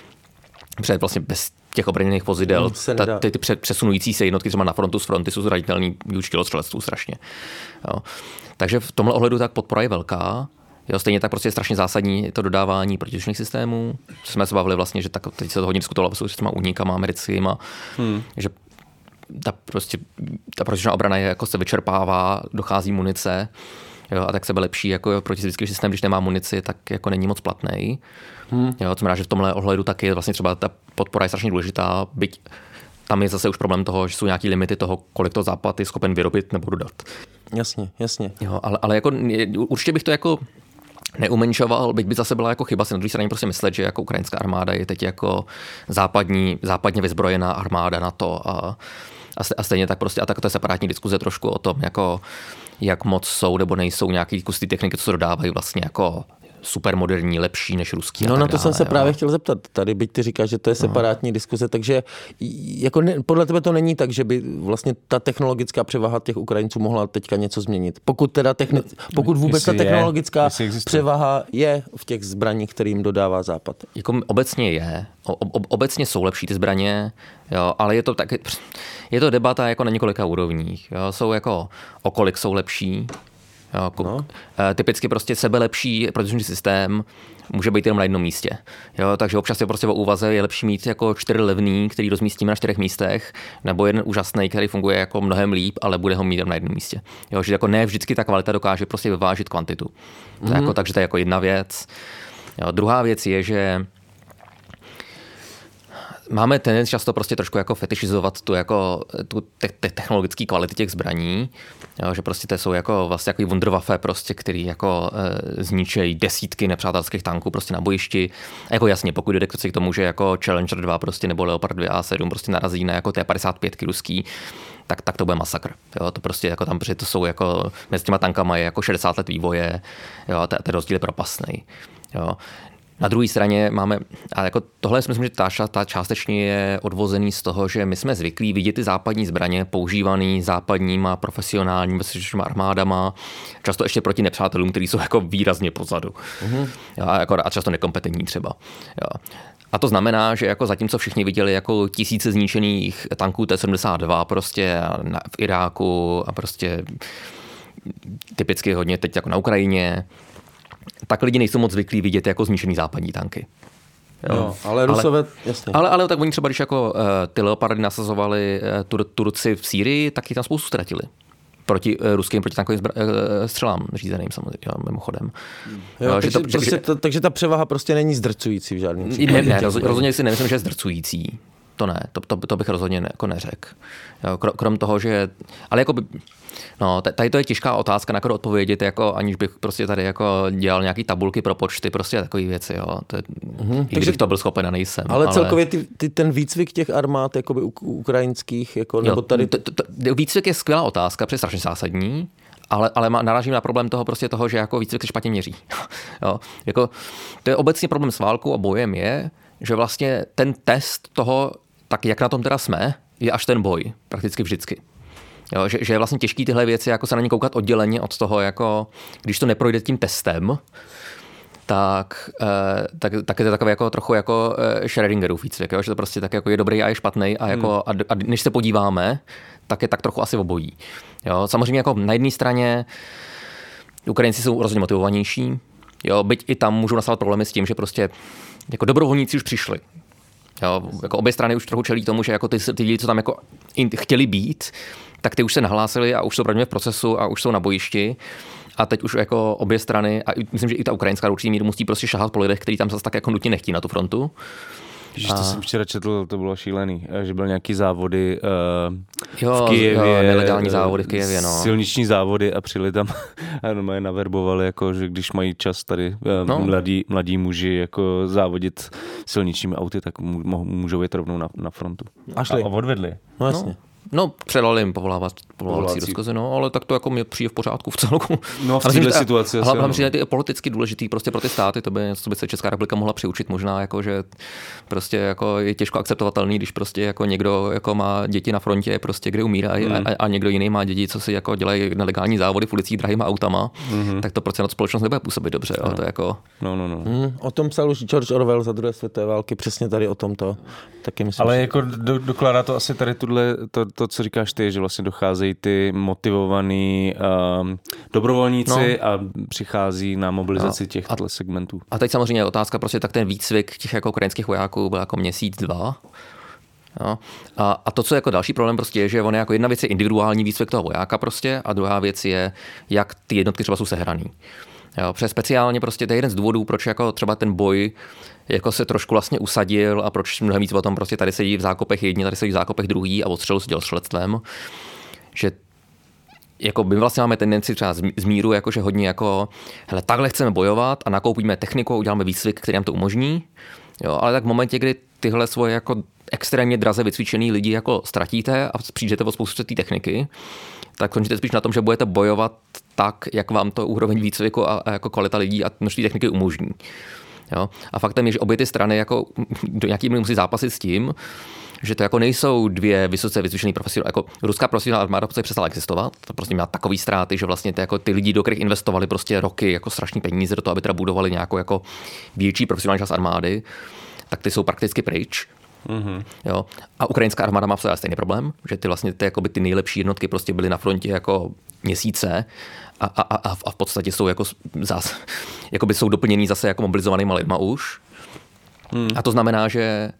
Před vlastně bez těch obrněných vozidel, ta, ty, ty přesunující se jednotky třeba na frontu z fronty jsou zranitelný vůči dělostřelectvu strašně. Jo. Takže v tomhle ohledu tak podpora je velká. Jo, stejně tak prostě je strašně zásadní to dodávání protivzdušných systémů. Co jsme se bavili vlastně, že tak, teď se to hodně diskutovalo s těma únikama americkýma, hmm. že ta, prostě, ta protivzdušná obrana je, jako se vyčerpává, dochází munice, jo, a tak se lepší jako protivzdušný systém, když nemá munici, tak jako není moc platný. Hmm. Jo, to znamená, že v tomhle ohledu taky je vlastně třeba ta podpora je strašně důležitá, byť tam je zase už problém toho, že jsou nějaký limity toho, kolik to Západ je schopen vyrobit nebo dodat. Jasně, jasně. Jo, ale, ale jako, určitě bych to jako neumenšoval, byť by zase byla jako chyba si na druhé straně prostě myslet, že jako ukrajinská armáda je teď jako západní, západně vyzbrojená armáda NATO a, a stejně tak prostě, a tak to je separátní diskuze trošku o tom, jako jak moc jsou nebo nejsou nějaký kusy techniky, co se dodávají vlastně jako supermoderní, lepší než ruský. No na to dále, jsem se jo. právě chtěl zeptat. Tady byť ty říkáš, že to je separátní no. diskuze, takže jako ne, podle tebe to není tak, že by vlastně ta technologická převaha těch Ukrajinců mohla teďka něco změnit. Pokud teda techni- pokud vůbec ta technologická je, převaha je v těch zbraních, kterým dodává Západ. Jako obecně je. O, ob, obecně jsou lepší ty zbraně, jo, ale je to tak, je to debata jako na několika úrovních. Jo. Jsou jako o kolik jsou lepší. Jo, no. Typicky prostě sebelepší protivzdušný systém může být jenom na jednom místě. Jo, takže občas je prostě o úvaze, je lepší mít jako čtyři levný, který rozmístíme na čtyřech místech, nebo jeden úžasný, který funguje jako mnohem líp, ale bude ho mít jenom na jednom místě. Jo, že jako ne vždycky ta kvalita dokáže prostě vyvážit kvantitu. Mm-hmm. To jako, takže to je jako jedna věc. Jo, druhá věc je, že máme tendenci často prostě trošku jako fetišizovat tu jako tu te- te- technologický kvality těch zbraní, jo, že prostě to jsou jako vlastně jako Wunderwaffe prostě, který jako e, zničejí desítky nepřátelských tanků prostě na bojišti. A jako jasně, pokud jde k tomu, že jako Challenger dva prostě nebo Leopard dva A sedm prostě narazí na jako T padesát pět ruský, tak, tak to bude masakr. Jo, to prostě jako tam, protože to jsou jako mezi těma tankama je jako šedesát let vývoje, jo, ten rozdíl je propastný. Jo. Na druhé straně máme, a jako tohle si myslím, že ta, ta částečně je odvozený z toho, že my jsme zvyklí vidět ty západní zbraně používaný západníma profesionálními bezpečnostními armádama, často ještě proti nepřátelům, kteří jsou jako výrazně pozadu. Mm-hmm. Jo, a, jako, a často nekompetentní třeba. Jo. A to znamená, že jako zatímco všichni viděli jako tisíce zničených tanků T sedmdesát dva prostě na, v Iráku a prostě typicky hodně teď jako na Ukrajině, tak lidi nejsou moc zvyklí vidět jako zničený západní tanky. Jo. No, ale Rusové, ale, jasně. Ale, ale tak oni třeba, když jako uh, ty Leopardy nasazovali uh, Tur- Turci v Sýrii, tak ji tam spoustu ztratili. Proti uh, ruským protitankovým zbra- uh, střelám řízeným samozřejmě, mimochodem. Jo, jo, takže, že to, prostě že, ta, takže ta převaha prostě není zdrcující v žádném případě. Ne, ne, roz, rozhodně si nemyslím, že je zdrcující. To ne, to, to, to bych rozhodně ne, jako neřekl. Krom, krom toho, že... Ale jako by, no, tady to je těžká otázka, na kterou odpovědět, jako, aniž bych prostě tady jako dělal nějaký tabulky pro počty, prostě takové věci. Jo. To je, mm-hmm. I takže to byl schopen a nejsem. Ale, ale... celkově ty, ty, ten výcvik těch armád jakoby ukrajinských, jako, nebo tady... To, to, to, výcvik je skvělá otázka, protože je strašně zásadní. Ale, ale narážím na problém toho, prostě toho, že jako výcvik se špatně měří. Jo. Jako, to je obecně problém s válkou a bojem je, že vlastně ten test toho, tak jak na tom teda jsme, je až ten boj, prakticky vždycky. Jo, že, že je vlastně těžký tyhle věci jako se na ně koukat odděleně od toho, jako, když to neprojde tím testem, tak, eh, tak, tak je to takový jako trochu jako eh, Schrödingerův výcvik, jo? Že to prostě tak jako je dobrý a je špatný a, jako, hmm. a, a než se podíváme, tak je tak trochu asi obojí. Jo? Samozřejmě jako na jedné straně Ukrajinci jsou rozhodně motivovanější, jo? Byť i tam můžou nastat problémy s tím, že prostě jako dobrovolníci už přišli. Jo? Jako obě strany už trochu čelí tomu, že jako ty, ty lidi, co tam jako chtěli být, tak ty už se nahlásili a už jsou pravděpodobně v procesu a už jsou na bojišti. A teď už jako obě strany, a myslím, že i ta ukrajinská do určitý míry musí prostě šahat po lidech, kteří tam zase tak jako nutně nechtí na tu frontu. Ježiš, to jsem včera četl, to bylo šílený, že byl nějaký závody uh, jo, v Kyjevě. Jo, nelegální závody v Kyjevě, no. Silniční závody a přijeli tam a normálně naverbovali, jako, že když mají čas tady uh, no. mladí, mladí muži jako závodit silničními auty, tak můžou jet rovnou na, na frontu. A, šli. a odvedli. No jasně. No. No, předali jim povolávací, povolávací rozkazy, no, ale tak to jako mi přijde v pořádku v celku. No, v této situaci asi. Hlavně přijde je politicky důležitý prostě pro ty státy, to by něco, co by se Česká republika mohla přiučit možná, jako, že prostě jako je těžko akceptovatelný, když prostě jako někdo jako má děti na frontě, prostě kde umírají hmm. a, a, někdo jiný má děti, co si jako dělají nelegální závody v ulicích drahýma autama, hmm. tak to prostě na to společnost nebude působit dobře. Jo, no. To je jako... no, no, no. Hmm, o tom psal už George Orwell za druhé světové války, přesně tady o tomto. Taky myslím, ale že... jako do, dokládá to asi tady tuhle, to, to, co říkáš ty, že vlastně docházejí ty motivovaní um, dobrovolníci no. a přichází na mobilizaci no. těchto segmentů. A teď samozřejmě je otázka, prostě tak ten výcvik těch jako ukrajinských vojáků byl jako měsíc, dva. Jo. A, a to, co je jako další problém, prostě je, že on je jako jedna věc je individuální výcvik toho vojáka prostě a druhá věc je, jak ty jednotky třeba jsou sehraný. Jo, protože speciálně prostě to je jeden z důvodů, proč jako třeba ten boj jako se trošku vlastně usadil a proč mnohem víc o tom prostě tady sedí v zákopech jedni, tady sedí v zákopech druhý a odstřelu se děl střelectvem, že jako my vlastně máme tendenci třeba z míru, jakože hodně jako hele, takhle chceme bojovat a nakoupíme techniku, uděláme výcvik, který nám to umožní, jo, ale tak v momentě, kdy tyhle svoje jako extrémně draze vycvičený lidi jako ztratíte a přijdete o spoustu té techniky, tak končíte spíš na tom, že budete bojovat tak, jak vám to úroveň výcviku a, a jako kvalita lidí a množství techniky umožní. Jo? A faktem je, že obě ty strany jako do nějaký míry musí zápasit s tím, že to jako nejsou dvě vysoce vycvičené profesionální, jako ruská profesionální armáda prostě přestala existovat, to prostě měla takový ztráty, že vlastně ty, jako ty lidi, do kterých investovali prostě roky jako strašný peníze do toho, aby teda budovali nějakou jako větší profesionální část armády, tak ty jsou prakticky pryč. Mm-hmm. Jo. A ukrajinská armáda má vzájemně stejný problém, že ty vlastně ty, jakoby, ty nejlepší jednotky prostě byly na frontě jako měsíce a, a, a, a v podstatě jsou jako zás, jakoby jsou doplněný zase jako mobilizovanýma lidma už. Mm. A to znamená, že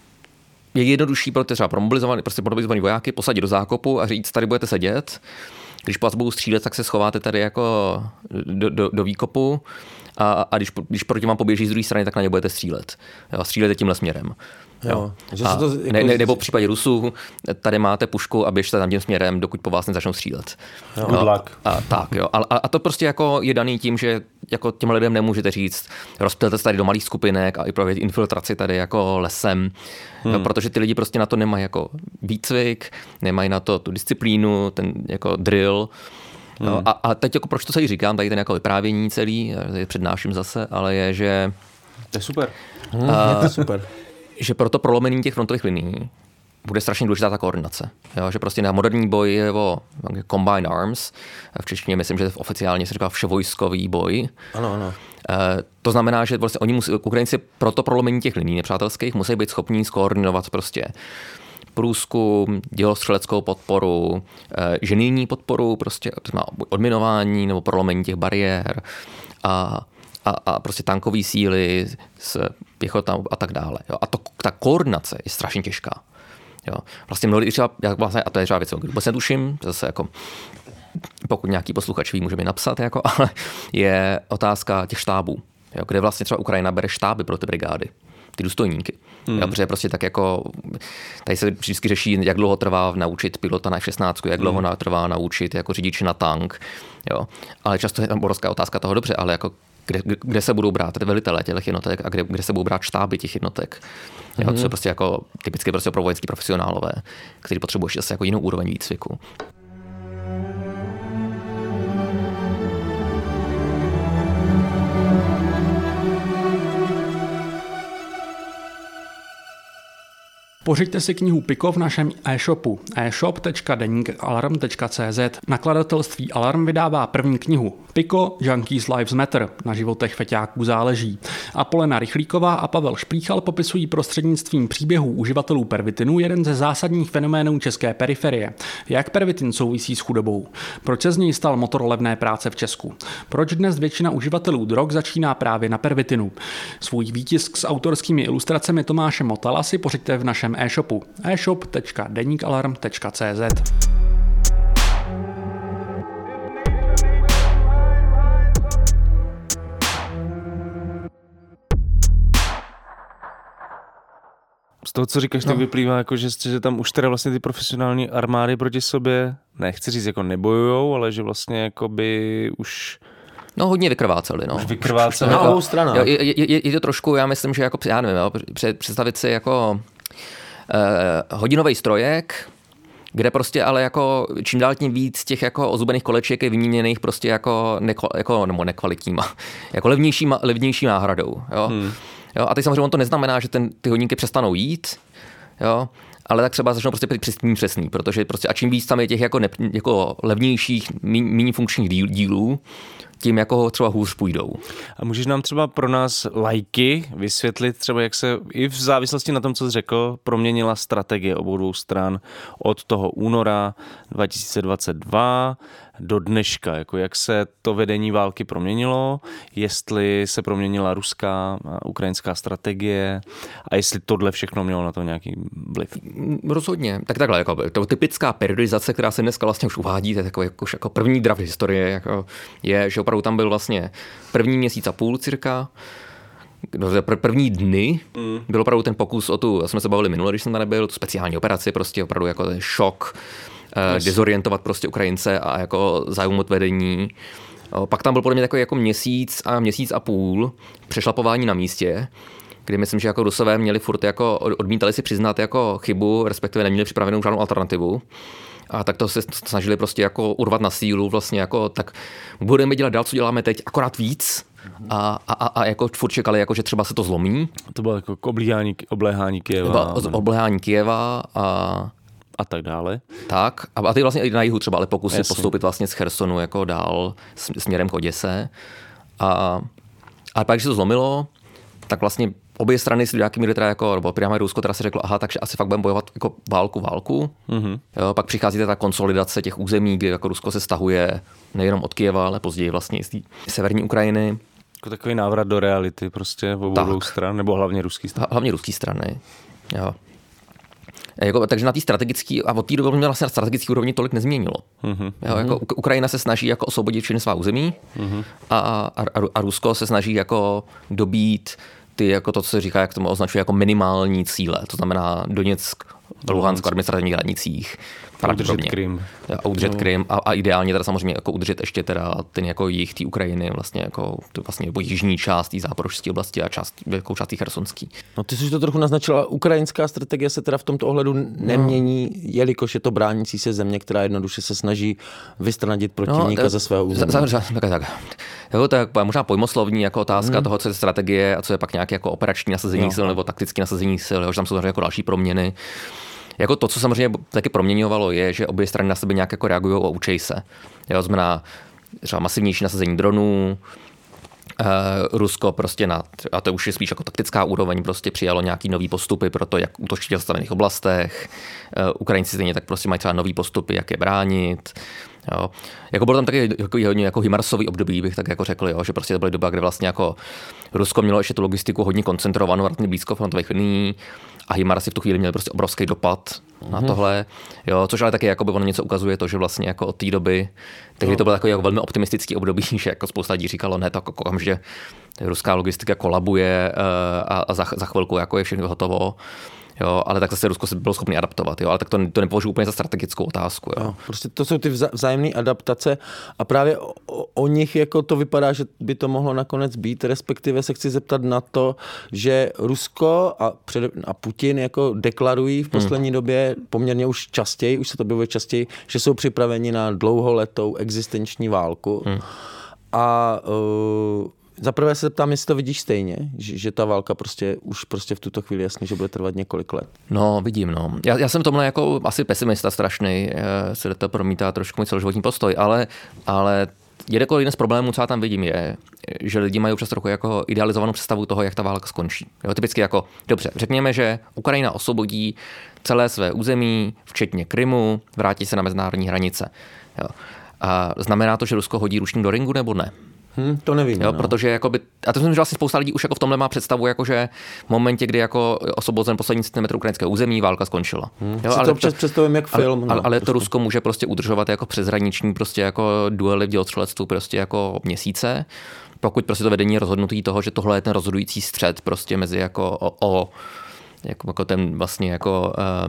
je jednodušší pro ty třeba pro mobilizovaný, prostě pro mobilizovaný vojáky posadit do zákopu a říct, tady budete sedět. Když po vás budou střílet, tak se schováte tady jako do, do, do výkopu a, a když, když proti vám poběží z druhé strany, tak na ně budete střílet. Jo, střílete tímhle směrem. Jo. Jo, že A se to jako... ne, ne, nebo v případě Rusů, tady máte pušku a běžte tam tím směrem, dokud po vás nezačnou střílet. Jo. Jo. Good luck. A, tak, jo. A, a to prostě jako je daný tím, že jako těm lidem nemůžete říct, rozptýlte se tady do malých skupinek a i provedit infiltraci tady jako lesem, hmm. jo, protože ty lidi prostě na to nemají jako výcvik, nemají na to tu disciplínu, ten jako drill. Hmm. Jo. A, a teď jako proč to celý říkám, tady ten jako vyprávění celý, přednáším zase, ale je, že... To je super. Hmm, a, je to super. Že pro to prolomení těch frontových linií bude strašně důležitá ta koordinace. Jo, že prostě na moderní boj je o combined arms, v češtině myslím, že oficiálně se říká vševojskový boj. Ano, ano. E, to znamená, že vlastně oni musí, Ukrajinci pro to prolomení těch liní nepřátelských musí být schopní skoordinovat prostě průzkum, dělostřeleckou podporu, e, ženijní podporu, prostě odminování nebo prolomení těch bariér a A, a prostě tankové síly s pěchotou a tak dále. Jo. A to, ta koordinace je strašně těžká. Jo. Vlastně mnohdy třeba, vlastně, a to je třeba věc, vůbec netuším, zase jako, pokud nějaký posluchač ví, může mi napsat, jako, ale je otázka těch štábů, jo, kde vlastně třeba Ukrajina bere štáby pro ty brigády, ty důstojníky. Hmm. Jo, protože prostě tak jako, tady se vždycky řeší, jak dlouho trvá naučit pilota na F šestnáct, jak dlouho hmm. trvá naučit jako řidiče na tank. Jo. Ale často je tam obrovská otázka toho dobře, ale jako Kde, kde se budou brát velitelé těch jednotek a kde, kde se budou brát štáby těch jednotek. Jo, mm. To jsou prostě jako typicky prostě pro vojenský profesionálové, kteří potřebují zase jako jinou úroveň výcviku. Pořiďte si knihu Piko v našem e-shopu e shop tečka deník alarm tečka cé zet. Nakladatelství Alarm vydává první knihu Piko Junkies Lives Matter, na životech feťáků záleží. A Polena Rychlíková a Pavel Šplíchal popisují prostřednictvím příběhů uživatelů pervitinu jeden ze zásadních fenoménů české periferie. Jak pervitin souvisí s chudobou? Proč se z něj stal motor levné práce v Česku? Proč dnes většina uživatelů drog začíná právě na pervitinu? Svůj výtisk s autorskými ilustracemi Tomáše Motala si pořiďte v našem e-shopu e shop tečka deník alarm tečka cé zet. Z toho, co říkáš, no. tak vyplývá, jako, že, že tam už teda vlastně ty profesionální armády proti sobě, nechci říct, jako nebojujou, ale že vlastně jakoby už... No hodně vykrváceli, no. Už vykrváceli. Na obou stranách. Je, je, je, je to trošku, já myslím, že jako, já nevím, jo, představit si jako eh, hodinový strojek, kde prostě ale jako čím dál tím víc těch jako ozubených koleček je vyměněných prostě jako, neko, jako nebo nekvalitníma, jako levnější, levnější náhradou, jo. Hmm. Jo, a teď samozřejmě on to neznamená, že ten, ty hodinky přestanou jít, jo, ale tak třeba začnou prostě přesný, přesný, protože prostě a čím víc tam je těch jako, ne, jako levnějších, méně funkčních díl, dílů, tím jako třeba hůř půjdou. A můžeš nám třeba pro nás lajky vysvětlit třeba, jak se i v závislosti na tom, co jsi řekl, proměnila strategie obou dvou stran od toho února dva tisíce dvacet dva do dneška, jako jak se to vedení války proměnilo, jestli se proměnila ruská a ukrajinská strategie a jestli tohle všechno mělo na to nějaký vliv. Rozhodně. Tak takhle, jako to typická periodizace, která se dneska vlastně už uvádí, to je jako, jako, jako první draft historie, jako je, že opravdu tam byl vlastně první měsíc a půl cirka, první dny mm. byl opravdu ten pokus o tu, jsme se bavili minule, když jsem tam nebyl, tu speciální operaci, prostě opravdu jako ten šok, yes. dezorientovat prostě Ukrajince a jako zaujmout vedení. Pak tam byl podle mě takový jako měsíc a měsíc a půl přešlapování na místě, kdy myslím, že jako Rusové měli furt jako, odmítali si přiznat jako chybu, respektive neměli připravenou žádnou alternativu. A tak to se snažili prostě jako urvat na sílu, vlastně jako tak budeme dělat dál, co děláme teď, akorát víc. A, a, a jako furt čekali, jako, že třeba se to zlomí. To bylo jako obléhání, obléhání Kyjeva. Obléhání Kyjeva a... a tak dále. Tak. A ty vlastně i na jihu třeba, ale pokusy Jasně. postoupit vlastně z Chersonu jako dál směrem k Oděse. A, a pak, když se to zlomilo, tak vlastně obě strany si do nějaký míry teda jako, nebo primárně Rusko teda se řeklo, aha, takže asi fakt budeme bojovat jako válku, válku. Mm-hmm. Jo, pak přichází ta konsolidace těch území, kdy jako Rusko se stahuje nejenom od Kyjeva, ale později vlastně z té severní Ukrajiny. Jako takový návrat do reality prostě v obou dvou stran, nebo hlavně ruský strany. Hlavně ruský strany, jo. Jako, takže na té strategické, a od té doby mě vlastně na strategické úrovni tolik nezměnilo. Mm-hmm. Jo, jako, Ukrajina se snaží jako osvobodit všechny svá území mm-hmm. a, a, a Rusko se snaží jako dobít ty, jako to, co se říká, jak tomu označuje, jako minimální cíle. To znamená Doněck, Luhansk, administrativních hranicích. Udržet Krym. A udržet no. Krym a, a ideálně teda samozřejmě jako udržet ještě teda ten jako jih té Ukrajiny, vlastně jako to vlastně jako jižní část té záporožské oblasti a část, velkou část té chersonské. No ty jsi to trochu naznačila, ukrajinská strategie se teda v tomto ohledu nemění, no. jelikož je to bránící se země, která jednoduše se snaží vystranadit protivníka no, ze svého území. Tak, tak, tak. Jo, to je možná pojmoslovní jako otázka hmm. toho, co je strategie a co je pak nějaké jako operační nasazení no. sil nebo taktické nasazení sil, že tam jsou jako další proměny. Jako to, co samozřejmě taky proměňovalo, je, že obě strany na sebe nějak jako reagují a učej se. Jo, znamená třeba masivnější nasazení dronů, Uh, Rusko prostě na, a to už je spíš jako taktická úroveň, prostě přijalo nějaký nový postupy pro to, jak útočit v zastavených oblastech. Uh, Ukrajinci stejně tak prostě mají třeba nový postupy, jak je bránit. Jo. Jako bylo tam taky jako, hodně jako Himarsový období, bych tak jako řekl, jo, že prostě to byly doba, kde vlastně jako Rusko mělo ještě tu logistiku hodně koncentrovanou, relativně blízko frontových linií a Himarsi v tu chvíli měli prostě obrovský dopad mm-hmm. na tohle, jo, což ale taky jako by ono něco ukazuje to, že vlastně jako od té doby, tehdy no. to bylo jako, jako velmi optimistický období, že jako spousta lidí říkalo, ne, tak okamžitě ruská logistika kolabuje uh, a, a za, za chvilku jako je všechno hotovo. Jo, ale tak zase Rusko se bylo schopné adaptovat, jo, ale tak to, to nepovažuji úplně za strategickou otázku. Jo. No, prostě to jsou ty vzájemné adaptace a právě o, o nich jako to vypadá, že by to mohlo nakonec být, respektive se chci zeptat na to, že Rusko a, před, a Putin jako deklarují v poslední hmm. době poměrně už častěji, už se to objevuje častěji, že jsou připraveni na dlouholetou existenční válku. Hmm. A uh, zaprvé se ptám, jestli to vidíš stejně, že, že ta válka prostě už prostě v tuto chvíli jasně, že bude trvat několik let. No, vidím, no. Já, já jsem v tomhle jako asi pesimista strašný, se to promítá trošku můj celoživotní postoj, ale, ale jeden, jeden z problémů, co já tam vidím, je, že lidi mají občas trochu jako idealizovanou představu toho, jak ta válka skončí. Jo, typicky jako, dobře, řekněme, že Ukrajina osvobodí celé své území, včetně Krymu, vrátí se na mezinárodní hranice. Jo. A znamená to, že Rusko hodí ručník do ringu, nebo ne? Hmm, to nevím. Jo, no. Protože jakoby, a to myslím, že vlastně spousta lidí už jako v tomhle má představu, jako že v momentě, kdy jako osvobozen poslední centimetr ukrajinského území, válka skončila. Hmm, jo, ale to občas představím jak film. Ale, no, ale prostě. to Rusko může prostě udržovat jako přeshraniční prostě jako duely v dělostřelectvu prostě jako měsíce, pokud prostě to vedení je rozhodnutí toho, že tohle je ten rozhodující střed prostě mezi jako o, o jako, jako ten vlastně jako uh,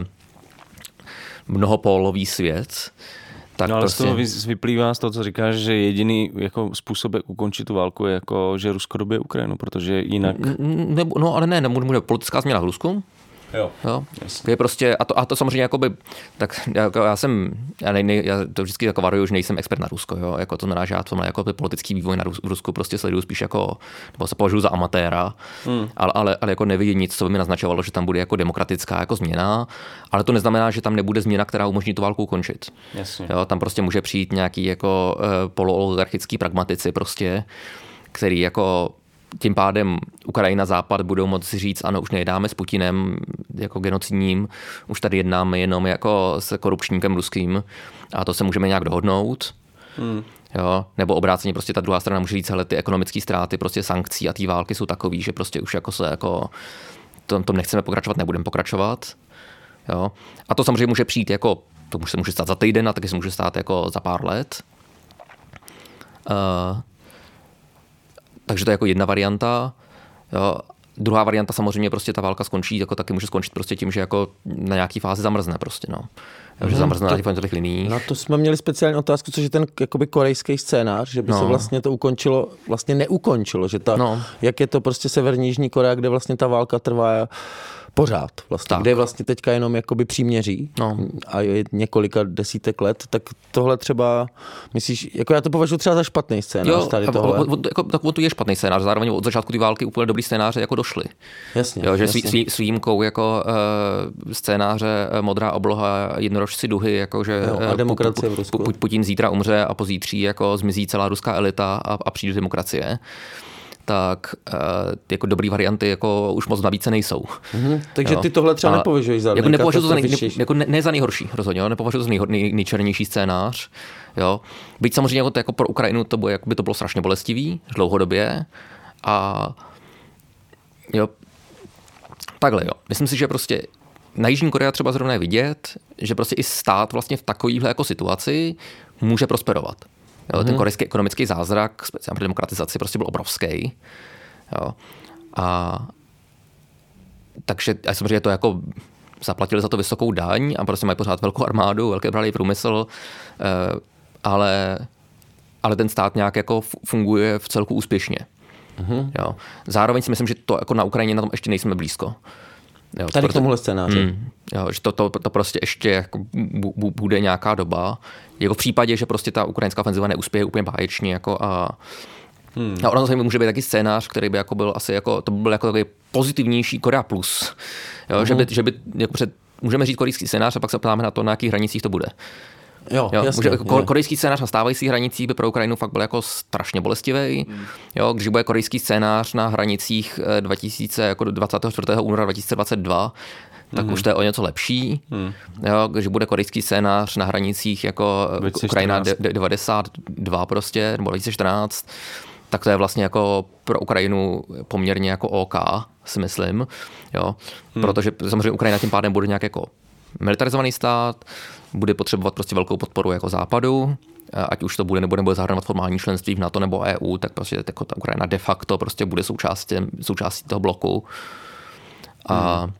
mnohopólový svět. Tak no ale prostě... z toho vyplývá z toho, co říkáš, že jediný jako způsob, jak ukončit tu válku, je jako, že Rusko dobije Ukrajinu, protože jinak... Ne, no ale ne, nebude politická změna v Rusku. Jo, jo. Je prostě, a to, a to samozřejmě jakoby, tak jako já jsem, já, ne, ne, já to vždycky jako varuju, že nejsem expert na Rusko, jo, jako to znamená, že já to jako politický vývoj na Rus, v Rusku prostě sleduju spíš jako, nebo se považuji za amatéra, hmm. ale, ale, ale jako nevidím nic, co by mi naznačovalo, že tam bude jako demokratická jako změna, ale to neznamená, že tam nebude změna, která umožní tu válku ukončit. Jasně. Jo, tam prostě může přijít nějaký jako uh, polooligarchický pragmatici prostě, který jako tím pádem Ukrajina, Západ budou moci říct, ano, už nejednáme s Putinem jako genocidním, už tady jednáme jenom jako s korupčníkem ruským a to se můžeme nějak dohodnout. Hmm. Jo? Nebo obráceně prostě ta druhá strana může říct, hele, ty ekonomické ztráty prostě sankcí a ty války jsou takový, že prostě už jako se jako tom, tom nechceme pokračovat, nebudeme pokračovat. Jo? A to samozřejmě může přijít jako, to se může stát za týden a taky se může stát jako za pár let. Uh, Takže to je jako jedna varianta. Jo. Druhá varianta samozřejmě prostě ta válka skončí, jako taky může skončit prostě tím, že jako na nějaký fázi zamrzne prostě, no. Jo, že hmm, zamrzne to, na těch frontových liniích. Na to jsme měli speciální otázku, což je ten jakoby korejský scénář, že by no. se vlastně to ukončilo, vlastně neukončilo, že ta, no. jak je to prostě severní Jižní Korea, kde vlastně ta válka trvá pořád vlastně, tak. kde je vlastně teďka jenom jakoby příměří no. a je několika desítek let, tak tohle třeba, myslíš, jako já to považuji třeba za špatný scénář jo, tady tohle. Jo, jako, tak on tu je špatný scénář, zároveň od začátku té války úplně dobrý scénáře jako došly. Jasně. Jo, že jasně. S, s výjimkou jako uh, scénáře Modrá obloha, jednorožci duhy, jako že jo, a demokracie v Rusku. Putin zítra umře a pozítří jako zmizí celá ruská elita a, a přijde demokracie. Tak jako dobrý varianty jako už moc nabídce nejsou. Mm-hmm. Takže jo. ty tohle třeba a nepovažuješ za jako nepovažuji to za, nej, ne, jako ne, ne za nejhorší, rozhodně, jo? Nepovažuji to za nej, nej, nejčernější scénář. Jo? Byť samozřejmě jako, to, jako pro Ukrajinu to by, jako by to bylo strašně bolestivý, dlouhodobě. A jo, takhle jo. Myslím si, že prostě na Jižní Korea třeba zrovna je vidět, že prostě i stát vlastně v takovýhle jako situaci může prosperovat. Jo, ten korejský ekonomický zázrak, speciálně pro demokratizaci, prostě byl obrovský. Jo. A takže já samozřejmě je to jako zaplatili za to vysokou daň a prostě mají pořád velkou armádu, velký bralý průmysl, ale, ale ten stát nějak jako funguje v celku úspěšně. Mm-hmm. Jo. Zároveň si myslím, že to jako na Ukrajině na tom ještě nejsme blízko. Jo, Tady k tomuhle scénáři. Mm, jo, že to, to, to prostě ještě jako bu, bu, bude nějaká doba. Jako v případě, že prostě ta ukrajinská ofenziva neuspěje úplně báječně jako a Hmm. A ono může být taky scénář, který by jako byl asi jako, to by byl jako takový pozitivnější Korea plus. Jo, hmm. že by, že by jako před, můžeme říct korejský scénář a pak se ptáme na to, na jakých hranicích to bude. Jo, jo, jasně, může, ko, korejský scénář na stávajících hranicích by pro Ukrajinu fakt byl jako strašně bolestivý. Hmm. Jo, když bude korejský scénář na hranicích dva tisíce, jako dvacátého čtvrtého února dva tisíce dvacet dva, tak hmm. už to je o něco lepší. Hmm. Jo, když bude korejský scénář na hranicích jako Ukrajina devadesát dva prostě, nebo dva tisíce čtrnáct, tak to je vlastně jako pro Ukrajinu poměrně jako OK, si myslím. Jo? Hmm. Protože samozřejmě Ukrajina tím pádem bude nějak jako militarizovaný stát, bude potřebovat prostě velkou podporu jako západu, ať už to bude nebo nebude zahrnovat formální členství v NATO nebo E U, tak prostě jako ta Ukrajina de facto prostě bude součástí, součástí toho bloku. A, hmm.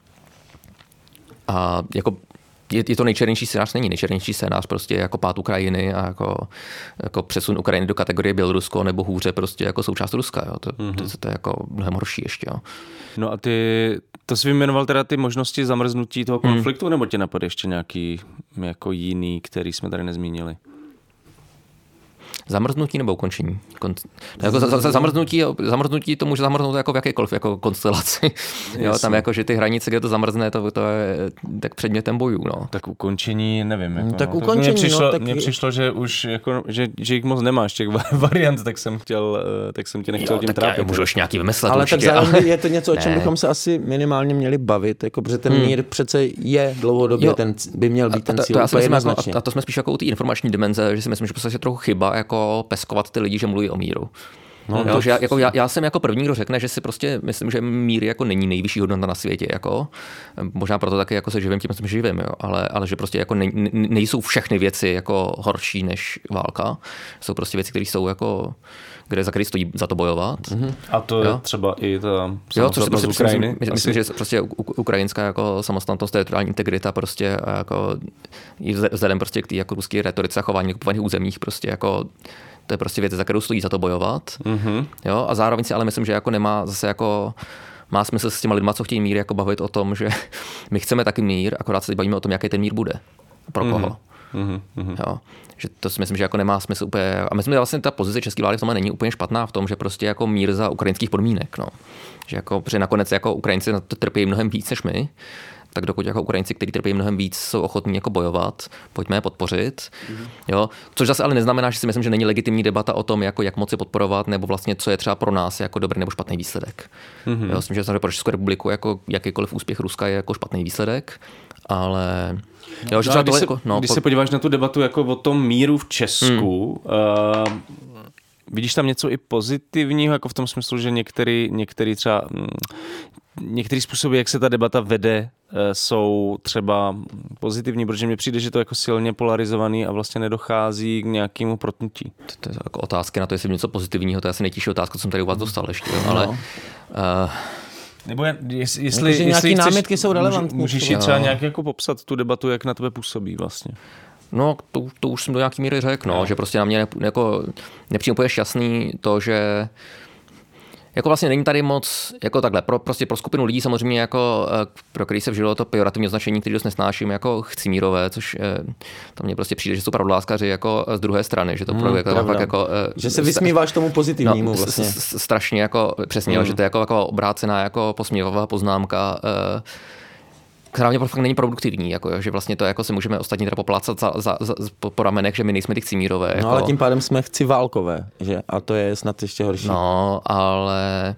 a jako Je, je to nejčernější scénář, není nejčernější scénář, prostě jako pád Ukrajiny a jako, jako přesun Ukrajiny do kategorie Bělorusko nebo hůře prostě jako součást Ruska. Jo. To, mm-hmm. to, to je jako mnohem horší ještě. Jo. No a ty, to jsi vyjmenoval teda ty možnosti zamrznutí toho konfliktu, mm. nebo tě napadne ještě nějaký jako jiný, který jsme tady nezmínili? Zamrznutí nebo ukončení? Kon... Jako za, za, zamrznutí, zamrznutí to může zamrznout jako v jakékoliv jako konstelaci. Jo, tam jako, že ty hranice, kde to zamrzne, to, to je tak předmětem bojů. No. Tak ukončení, nevím. Jako, tak no. ukončení, mně přišlo, no, tak... mně přišlo, že už jako, že, že jich moc nemáš těch variant, tak jsem chtěl, tak jsem tě nechtěl jo, tím trápit. Já můžu ještě nějaký vymyslet. Ale určitě, tak zároveň ale... je to něco, o čem ne. bychom se asi minimálně měli bavit, jako, protože ten mír hmm. přece je dlouhodobě, ten by měl být ten cíl úplně jednoznačně. A to jsme spíš jako u té informační dimenze, že si myslím, že prostě je trochu chyba jako peskovat ty lidi, že mluví o míru. No, jo, to... že já, jako já, já jsem jako první, kdo řekne, že si prostě myslím, že mír jako není nejvyšší hodnota na světě. Jako. Možná proto taky jako se živím tím, že živím, jo. Ale, ale že prostě jako nej, nejsou všechny věci jako horší než válka. Jsou prostě věci, které jsou jako, kde za který stojí za to bojovat. Mm-hmm. A to jo? je třeba i ta samostatnost prostě Ukrajiny? Myslím, myslím, že prostě ukrajinská jako samostatnost, teritoriální integrita prostě a jako vzhledem prostě k té jako ruské retorice a chování okupovaných územích prostě jako to je prostě věc, za kterou stojí za to bojovat. Mm-hmm. Jo? A zároveň si ale myslím, že jako nemá zase jako má smysl s těma lidma, co chtějí mír, jako bavit o tom, že my chceme taky mír, akorát se bavíme o tom, jaký ten mír bude. Pro koho. Mm-hmm. Jo? Že to si myslím, že jako nemá smysl úplně. A myslím, že vlastně ta pozice české vlády v tom není úplně špatná v tom, že prostě jako mír za ukrajinských podmínek. No. Že jako, protože nakonec jako Ukrajinci na to trpí mnohem víc než my. Tak dokud jako Ukrajinci, kteří trpí mnohem víc, jsou ochotní jako bojovat, pojďme je podpořit. Mm-hmm. Jo? Což zase ale neznamená, že si myslím, že není legitimní debata o tom, jako jak moci podporovat, nebo vlastně co je třeba pro nás jako dobrý nebo špatný výsledek. Mm-hmm. Jo? Myslím, že samozřejmě pro Českou republiku jako jakýkoliv úspěch Ruska je jako špatný výsledek, ale jo, že no, když, se, jako, no, když po... se podíváš na tu debatu jako o tom míru v Česku, hmm. uh, vidíš tam něco i pozitivního, jako v tom smyslu, že některý, některý třeba některý způsoby, jak se ta debata vede, jsou třeba pozitivní, protože mně přijde, že to je jako silně polarizovaný a vlastně nedochází k nějakému protnutí. To, to je jako otázky na to, jestli něco pozitivního, to je asi nejtěžší otázka, co jsem tady u vás dostal ještě, jo, ale... No. Uh, Nebo je, jestli, jestli, jestli nějaké chceš, námitky jsou relevantní. Můžeš ji třeba nějak jako popsat tu debatu, jak na tebe působí vlastně. No, to, to už jsem do nějaký míry řekl, no, že prostě na mě ne, jako, nepřijde úplně šťastný to, že jako vlastně není tady moc, jako takhle, pro, prostě pro skupinu lidí samozřejmě, jako, pro který se vžilo to pejorativní označení, který dost nesnáším, jako chcimírové, což to mně prostě přijde, že jsou pravdláskaři jako z druhé strany, že to hmm, jako, fakt jako... Že se vysmíváš tomu pozitivnímu no, vlastně. S, s, strašně jako, přesně, hmm. že to je jako, jako obrácená jako posměvavá poznámka, která mě fakt není produktivní, jako, že vlastně to jako si můžeme ostatní teda poplácat za, za, za, po, po ramenech, že my nejsme ty chcimírové. Jako. No ale tím pádem jsme chciválkové, že? A to je snad ještě horší. No, ale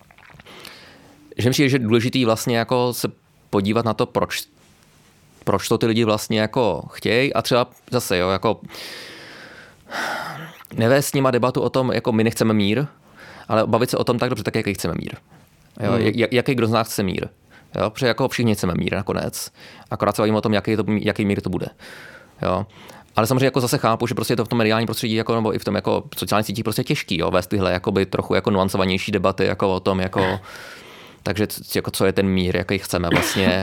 že mi přijde, že je důležitý vlastně jako se podívat na to, proč, proč to ty lidi vlastně jako chtějí a třeba zase, jo, jako nevést s nima debatu o tom, jako my nechceme mír, ale bavit se o tom tak dobře, tak jaký chceme mír. Jo, hmm. jak, jaký kdo z nás chce mír. Jo? Protože jako všichni chceme mír nakonec. Akorát se bavíme o tom, jaký, to, jaký mír to bude. Jo? Ale samozřejmě jako zase chápu, že prostě to v tom mediálním prostředí jako, nebo i v tom jako sociálních sítích prostě těžký, jo? Vést tyhle jakoby trochu jako nuancovanější debaty jako o tom, jako, takže jako co je ten mír, jaký chceme vlastně.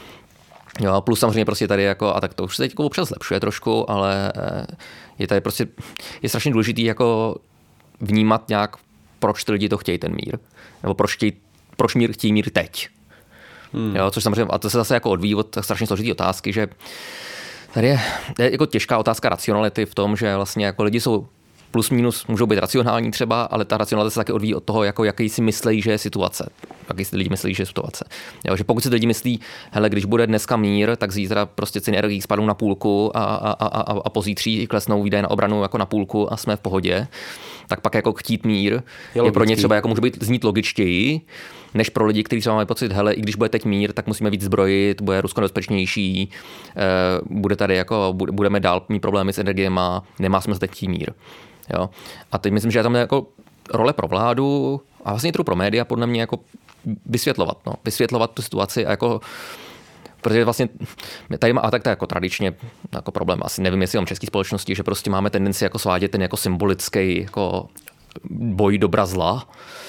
Jo, plus samozřejmě prostě tady jako, a tak to už se teď jako občas zlepšuje trošku, ale je tady prostě, je strašně důležitý jako vnímat nějak, proč ty lidi to chtějí ten mír. Nebo proč, chtějí, proč mír chtějí mír teď. Hmm. Jo, což samozřejmě, a to se zase jako odvíjí od strašně složitý otázky, že tady je, je jako těžká otázka racionality v tom, že vlastně jako lidi jsou plus minus, můžou být racionální třeba, ale ta racionalita se taky odvíjí od toho, jako jaký si myslí, že je situace. Jaký si lidi myslí, že je situace. Jo, že pokud si lidi myslí, hele, když bude dneska mír, tak zítra prostě ceny energií spadnou na půlku a, a, a, a, a pozítří klesnou výdaje na obranu jako na půlku a jsme v pohodě, tak pak jako chtít mír je, je pro ně třeba jako může být znít logičtěji, než pro lidi, kteří třeba mají pocit, hele, i když bude teď mír, tak musíme víc zbrojit, bude Rusko nebezpečnější, bude tady jako, budeme dál mít problémy s energiema, nemá smysl teď mír. Jo. A teď myslím, že je tam jako role pro vládu a vlastně i pro média podle mě jako vysvětlovat, no, vysvětlovat tu situaci a jako, protože vlastně tady má, a tak to jako tradičně jako problém, asi nevím, jestli mám české společnosti, že prostě máme tendenci jako svádět ten jako symbolický jako boj dobra zla.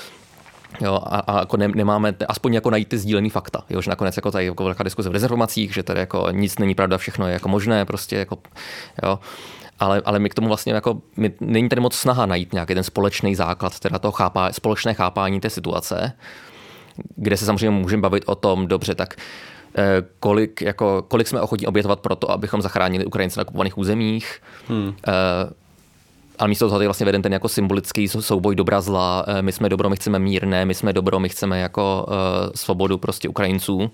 Jo, a, a jako ne, nemáme aspoň jako najít ty sdílený fakta, jo, že nakonec jako tady jako velká diskuze v dezinformacích, že tady jako nic není pravda, všechno je jako možné, prostě jako, jo. Ale, ale my k tomu vlastně jako, my, není tady moc snaha najít nějaký ten společný základ, teda toho chápá, společné chápání té situace, kde se samozřejmě můžeme bavit o tom, dobře, tak eh, kolik, jako, kolik jsme ochotní obětovat pro to, abychom zachránili Ukrajince na okupovaných územích. Hmm. Eh, ale místo toho tady vlastně veden ten jako symbolický souboj dobra zla, eh, my jsme dobro, my chceme mír, ne, my jsme dobro, my chceme jako eh, svobodu prostě Ukrajinců.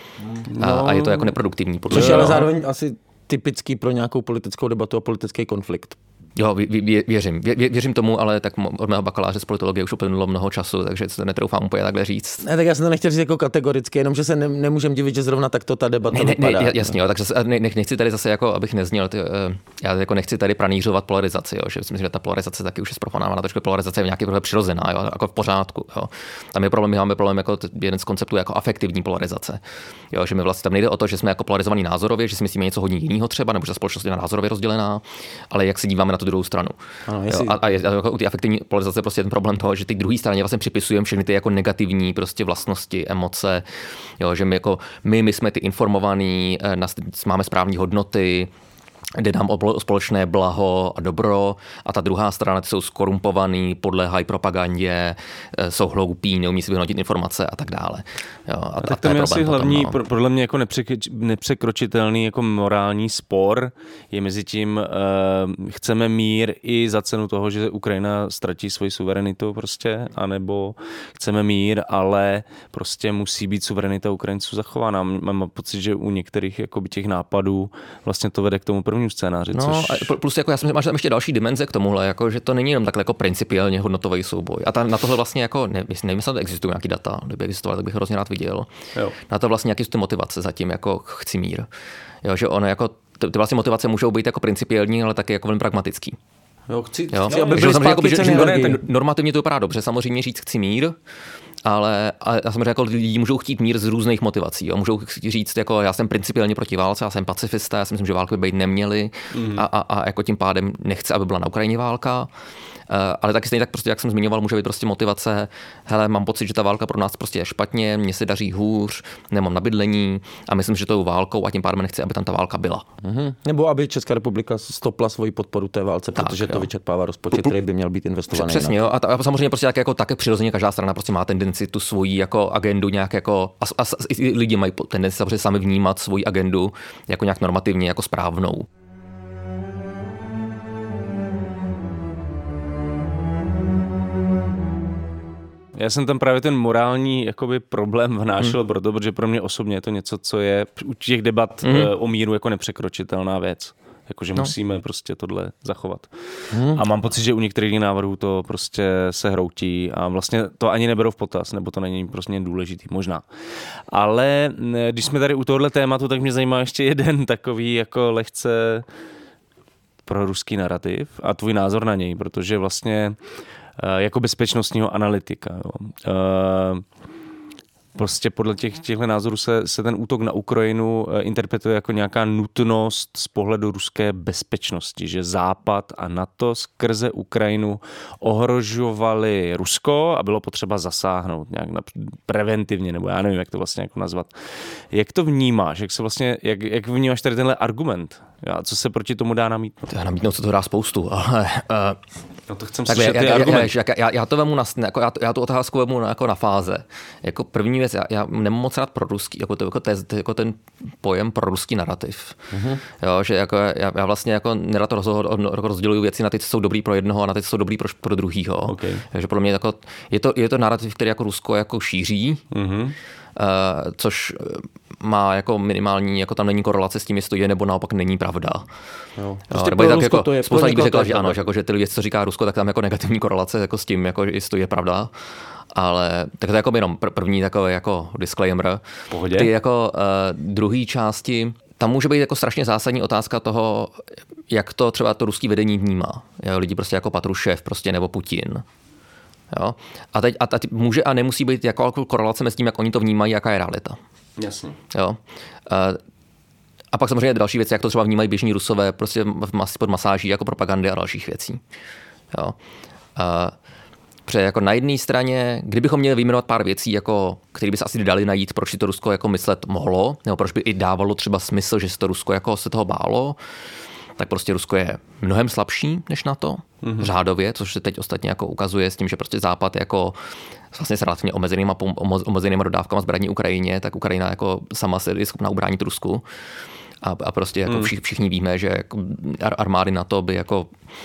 No. A, a je to jako neproduktivní. Což je ale zároveň asi typický pro nějakou politickou debatu a politický konflikt. Jo, vě, vě, věřím. Vě, věřím tomu, ale tak od mého bakaláře z politologie už uplynulo mnoho času, takže se netroufám úplně takhle říct. Ne, tak já jsem to nechtěl říct jako kategoricky, jenom že se ne, nemůžem divit, že zrovna takto ta debata ne, ne, vypadá. Ne, jasně, jo, takže ne, nechci tady zase, jako, abych nezněl, ty, já jako nechci tady pranířovat polarizaci, jo, že myslím, že ta polarizace taky už je zprofanávána, trošku polarizace je nějaký problém přirozená, jo, jako v pořádku. Jo. Tam je problém, my máme problém jako jeden z konceptů jako afektivní polarizace. Jo, že my vlastně tam nejde o to, že jsme jako polarizovaní názorově, že si myslíme něco hodně jiného třeba, nebo že společnost je názorově rozdělená, ale jak se díváme na tu druhou stranu. Ano, jestli... jo, a, a, je, a jako u té afektivní polarizace prostě ten problém toho, že ty druhé straně vlastně připisujeme všechny ty jako negativní prostě vlastnosti, emoce, jo, že my jako my, my jsme ty informovaní, máme správní hodnoty, jde nám o společné blaho a dobro a ta druhá strana, ty jsou skorumpovaný, podléhají propagandě, jsou hloupí, neumí si vyhodnotit informace a tak dále. Jo, a, a tak a to je asi hlavní, potom, no. podle mě jako nepřekročitelný jako morální spor je mezi tím, uh, chceme mír i za cenu toho, že Ukrajina ztratí svoji suverenitu prostě, anebo chceme mír, ale prostě musí být suverenita Ukrajinců zachována. Mám pocit, že u některých jakoby těch nápadů vlastně to vede k tomu první scénáři. No, což... a plus jako já jsem, máš tam ještě další dimenze k tomuhle, jako, že to není jenom takhle jako principiálně hodnotový souboj. A tam, na tohle vlastně jako, ne, nevím, jestli existují nějaký data, kdyby existovaly, tak bych hrozně rád viděl. Jo. Na to vlastně nějaký motivace zatím, jako chci mír. Jo, že ono jako, ty vlastně motivace můžou být jako principiální, ale taky jako velmi pragmatický. Jo, chci, jo? chci aby byly jako, že, že, že normativně to vypadá dobře, samozřejmě říct chci mír, ale a samozřejmě jako lidi můžou chtít mír z různých motivací. Jo? Můžou říct, jako já jsem principiálně proti válce, já jsem pacifista, já si myslím, že války by být neměly mm. a, a, a jako tím pádem nechci, aby byla na Ukrajině válka. Uh, ale taky stejně tak prostě, jak jsem zmiňoval, může být prostě motivace, hele, mám pocit, že ta válka pro nás prostě je špatně, mně se daří hůř, nemám na bydlení a myslím, že tou válkou a tím pádem nechci, aby tam ta válka byla. Mm-hmm. Nebo aby Česká republika stopla svoji podporu té válce, tak, protože jo. to vyčerpává rozpočet, který by měl být investovaný. Přesně, jo. A, ta, a samozřejmě prostě tak jako také přirozeně každá strana prostě má tendenci tu svoji jako agendu nějak jako a, a, a lidi mají tendenci samozřejmě sami vnímat svoji agendu jako nějak normativně, jako správnou. Já jsem tam právě ten morální jakoby problém vnášel, hmm. proto, protože pro mě osobně je to něco, co je u těch debat hmm. o míru jako nepřekročitelná věc. Jakože no. musíme prostě tohle zachovat. Hmm. A mám pocit, že u některých návrhů to prostě se hroutí a vlastně to ani neberou v potaz, nebo to není prostě důležitý, možná. Ale když jsme tady u tohohle tématu, tak mě zajímá ještě jeden takový jako lehce proruský narrativ a tvůj názor na něj, protože vlastně jako bezpečnostního analytika. Jo. prostě podle těch, těchto názorů se, se ten útok na Ukrajinu interpretuje jako nějaká nutnost z pohledu ruské bezpečnosti, že Západ a NATO skrze Ukrajinu ohrožovali Rusko a bylo potřeba zasáhnout nějak preventivně, nebo já nevím, jak to vlastně jako nazvat. Jak to vnímáš? Jak, se vlastně, jak, jak vnímáš tady tenhle argument? A co se proti tomu dá namítnout? To namítnout se to dá spoustu, ale... Uh, no to chcem takhle, slyšet, já, já, já, já, já, já to vemu na, jako já, já tu otázku vemu jako na fáze. Jako první věc, já, já nemám moc rád proruský, jako, to, jako, tez, jako ten pojem proruský narrativ. Mm-hmm. Jo, že jako já, já vlastně jako nerad rozděluju věci na ty, co jsou dobrý pro jednoho a na ty, co jsou dobrý pro, pro druhýho. Okay. Takže podle mě jako, je, to, je to narrativ, který jako Rusko jako šíří, mm-hmm. uh, což má jako minimální, jako tam není korelace s tím, jestli to je nebo naopak není pravda. Jo. Prostě jo, pro tak Rusko jako, to je. Spousta lidí řekla, že ano, že, jako, že ty věci, co říká Rusko, tak tam jako negativní korelace jako s tím, jako, jestli to je pravda. Ale tak to je jako jenom první takový jako disclaimer. Pohodě. Ty jako uh, druhý části, tam může být jako strašně zásadní otázka toho, jak to třeba to ruský vedení vnímá. Jo, lidi prostě jako Patrušev prostě nebo Putin. Jo? A teď, a teď může a nemusí být jako korelace mezi tím, jak oni to vnímají, jaká je realita. Jasně. Jo. A pak samozřejmě další věci, jak to třeba vnímají běžní Rusové prostě v mas, pod masáží jako propagandy a dalších věcí. Jo. Protože jako na jedné straně, kdybychom měli vyjmenovat pár věcí, jako, které by se asi dali najít, proč si to Rusko jako myslet mohlo, nebo proč by i dávalo třeba smysl, že se to Rusko jako se toho bálo, tak prostě Rusko je mnohem slabší než NATO, mm-hmm. řádově, což se teď ostatně jako ukazuje s tím, že prostě Západ jako vlastně s relativně omezenýma, omezenýma dodávkama zbraní Ukrajině, tak Ukrajina jako sama se je schopná ubránit Rusku. A, a prostě jako všichni, všichni víme, že jako armády NATO by jako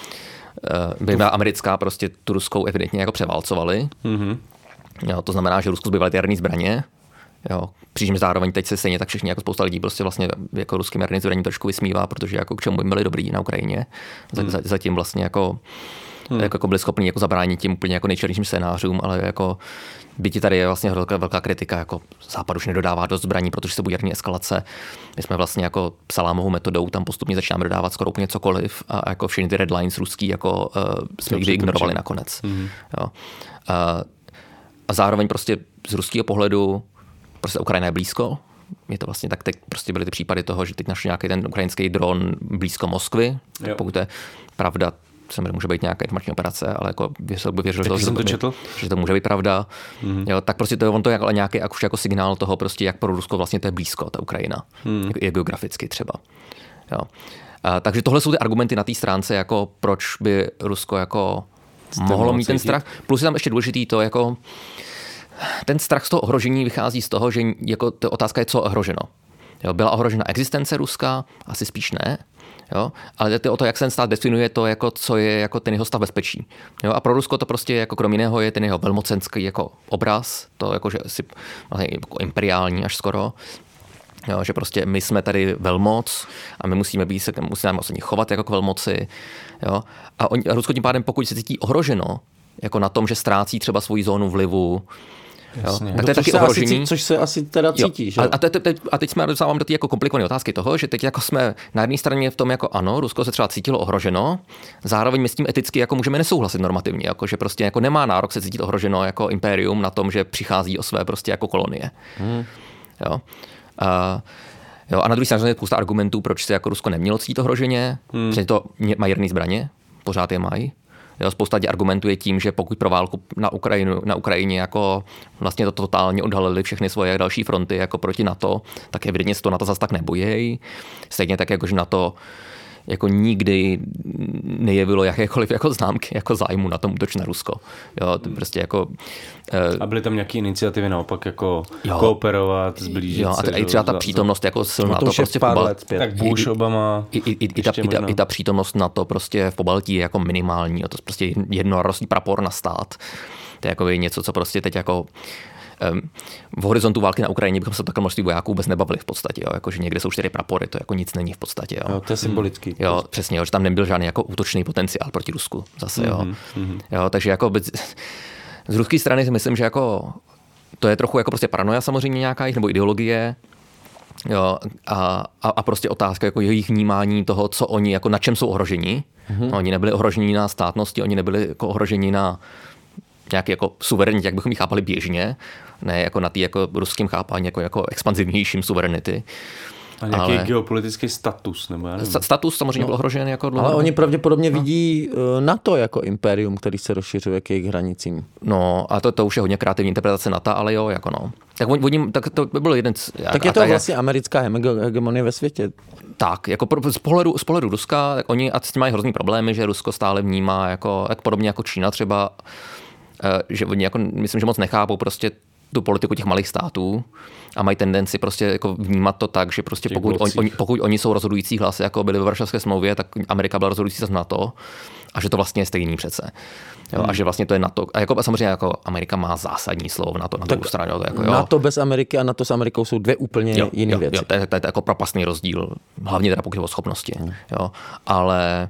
by byla americká prostě tu ruskou evidentně jako převálcovali. Mm-hmm. Jo, to znamená, že Rusku zbyvaly ty jaderné zbraně. Jo, přičemž zároveň teď se stejně tak všichni jako spousta lidí prostě vlastně jako ruským jaderný zbraní trošku vysmívá, protože jako k čemu by byli dobrý na Ukrajině. Hmm. Zatím vlastně jako, hmm. jako, jako byli schopni jako zabránit tím úplně jako nejčernějším scénářům, ale jako byť tady je vlastně velká, velká kritika, jako Západ už nedodává dost zbraní, protože se bude jaderní eskalace. My jsme vlastně jako salámovou metodou tam postupně začínáme dodávat skoro úplně cokoliv a jako všechny ty red lines ruský jako uh, jsme někdy ignorovali nakonec. Hmm. Jo. Uh, a zároveň prostě z ruského pohledu prostě Ukrajina je blízko. Je to vlastně tak, teď prostě byly ty případy toho, že teď našli nějaký ten ukrajinský dron blízko Moskvy. Pokud to je pravda, samozřejmě může být nějaká informační operace, ale jako věřil by věřil, že, to, to že to může být pravda. Mm-hmm. Jo, tak prostě to je on to jako nějaký jako, jako signál toho, prostě, jak pro Rusko vlastně to je blízko, ta Ukrajina. Mm. Jako, je geograficky třeba. Jo. A, takže tohle jsou ty argumenty na té stránce, jako proč by Rusko jako mohlo mít ten strach. Plus je tam ještě důležitý to, jako ten strach z toho ohrožení vychází z toho, že jako ta otázka je, co ohroženo. Jo, byla ohrožena existence Ruska? Asi spíš ne. Jo? Ale to o to, jak se ten stát definuje, to, jako, co je jako ten jeho stav bezpečí. Jo? A pro Rusko to prostě jako krom jiného je ten jeho velmocenský jako obraz, to jako, že asi vlastně jako imperiální až skoro. Jo, že prostě my jsme tady velmoc a my musíme být se musíme se chovat jako k velmoci. Jo? A, on, a Rusko tím pádem, pokud se cítí ohroženo, jako na tom, že ztrácí třeba svoji zónu vlivu, jo, tak to je taky ohrožení. Asi, což se asi teda cítí, že? A, a, te, te, a teď jsme dostáváme do té jako komplikované otázky toho, že teď jako jsme na jedné straně v tom jako ano, Rusko se třeba cítilo ohroženo, zároveň my s tím eticky jako můžeme nesouhlasit normativně, jako že prostě jako nemá nárok se cítit ohroženo jako impérium na tom, že přichází o své prostě jako kolonie. Hmm. Jo. A, jo, a na druhé straně je spousta argumentů, proč se jako Rusko nemělo cítit ohroženě, hmm. protože to mají jaderné zbraně, pořád je mají. Jo, spousta lidí argumentuje tím, že pokud pro válku na, Ukrajinu, na Ukrajině jako vlastně to totálně odhalili všechny svoje další fronty jako proti NATO, tak evidentně se to NATO zase tak nebojí. Stejně tak, jako že NATO jako nikdy nejevilo jakékoliv jako známky jako zájmu na tom útočit na Rusko. Jo, to prostě jako, a byly tam nějaké iniciativy naopak jako jo, kooperovat, zblížit jo, se. A i třeba ta přítomnost jako silná to, to prostě v Pobaltí. Tak Bush, Obama. I, i, i, i, ta, i, ta, I ta přítomnost na to prostě v Pobaltí je jako minimální. Jo, to je prostě jednoroslý prapor na stát. To je jako něco, co prostě teď jako v horizontu války na Ukrajině bychom se takhle množství vojáků vůbec nebavili v podstatě, jo? Jako, že někde jsou čtyři prapory, to jako nic není v podstatě. Jo? Jo, to je symbolický. Jo, přesně, jo, že tam nebyl žádný jako útočný potenciál proti Rusku zase. Jo? Mm-hmm. Jo, takže jako z ruské strany si myslím, že jako to je trochu jako prostě paranoja samozřejmě nějaká nebo ideologie. Jo, a, a, a prostě otázka jako jejich vnímání toho, co oni, jako na čem jsou ohroženi. Mm-hmm. No, oni nebyli ohroženi na státnosti, oni nebyli jako ohroženi na nějaký jako suverenitě, jak bychom ji chápali běžně, ne jako na tý jako ruským chápání, jako, jako expanzivnějším suverenity. A nějaký ale... geopolitický status, nebo já nevím. Status samozřejmě no. byl ohrožen jako dlouho. Ale oni pravděpodobně no. vidí NATO jako impérium, který se rozšiřuje k jejich hranicím. No a to, to už je hodně kreativní interpretace NATO, ale jo, jako no. Tak, on, on, tak to by byl jeden... Tak je to vlastně jak... americká hegemonie ve světě. Tak, jako z pohledu, z pohledu Ruska, tak oni a s tím mají hrozný problémy, že Rusko stále vnímá jako, jak podobně jako Čína třeba, že oni jako, myslím, že moc nechápou prostě tu politiku těch malých států a mají tendenci prostě jako vnímat to tak, že prostě pokud, on, oni, pokud oni jsou rozhodující hlas, jako byli ve Varšavské smlouvě, tak Amerika byla rozhodující hlas NATO a že to vlastně je stejný přece. Jo, hmm. A že vlastně to je NATO. A jako, samozřejmě jako Amerika má zásadní slovo na to, na druhou stranu. To jako, jo. NATO bez Ameriky a NATO s Amerikou jsou dvě úplně jo, jiné jo, věci. Jo, to, je, to je jako propastný rozdíl, hlavně teda pokud o schopnosti. Hmm. Jo. Ale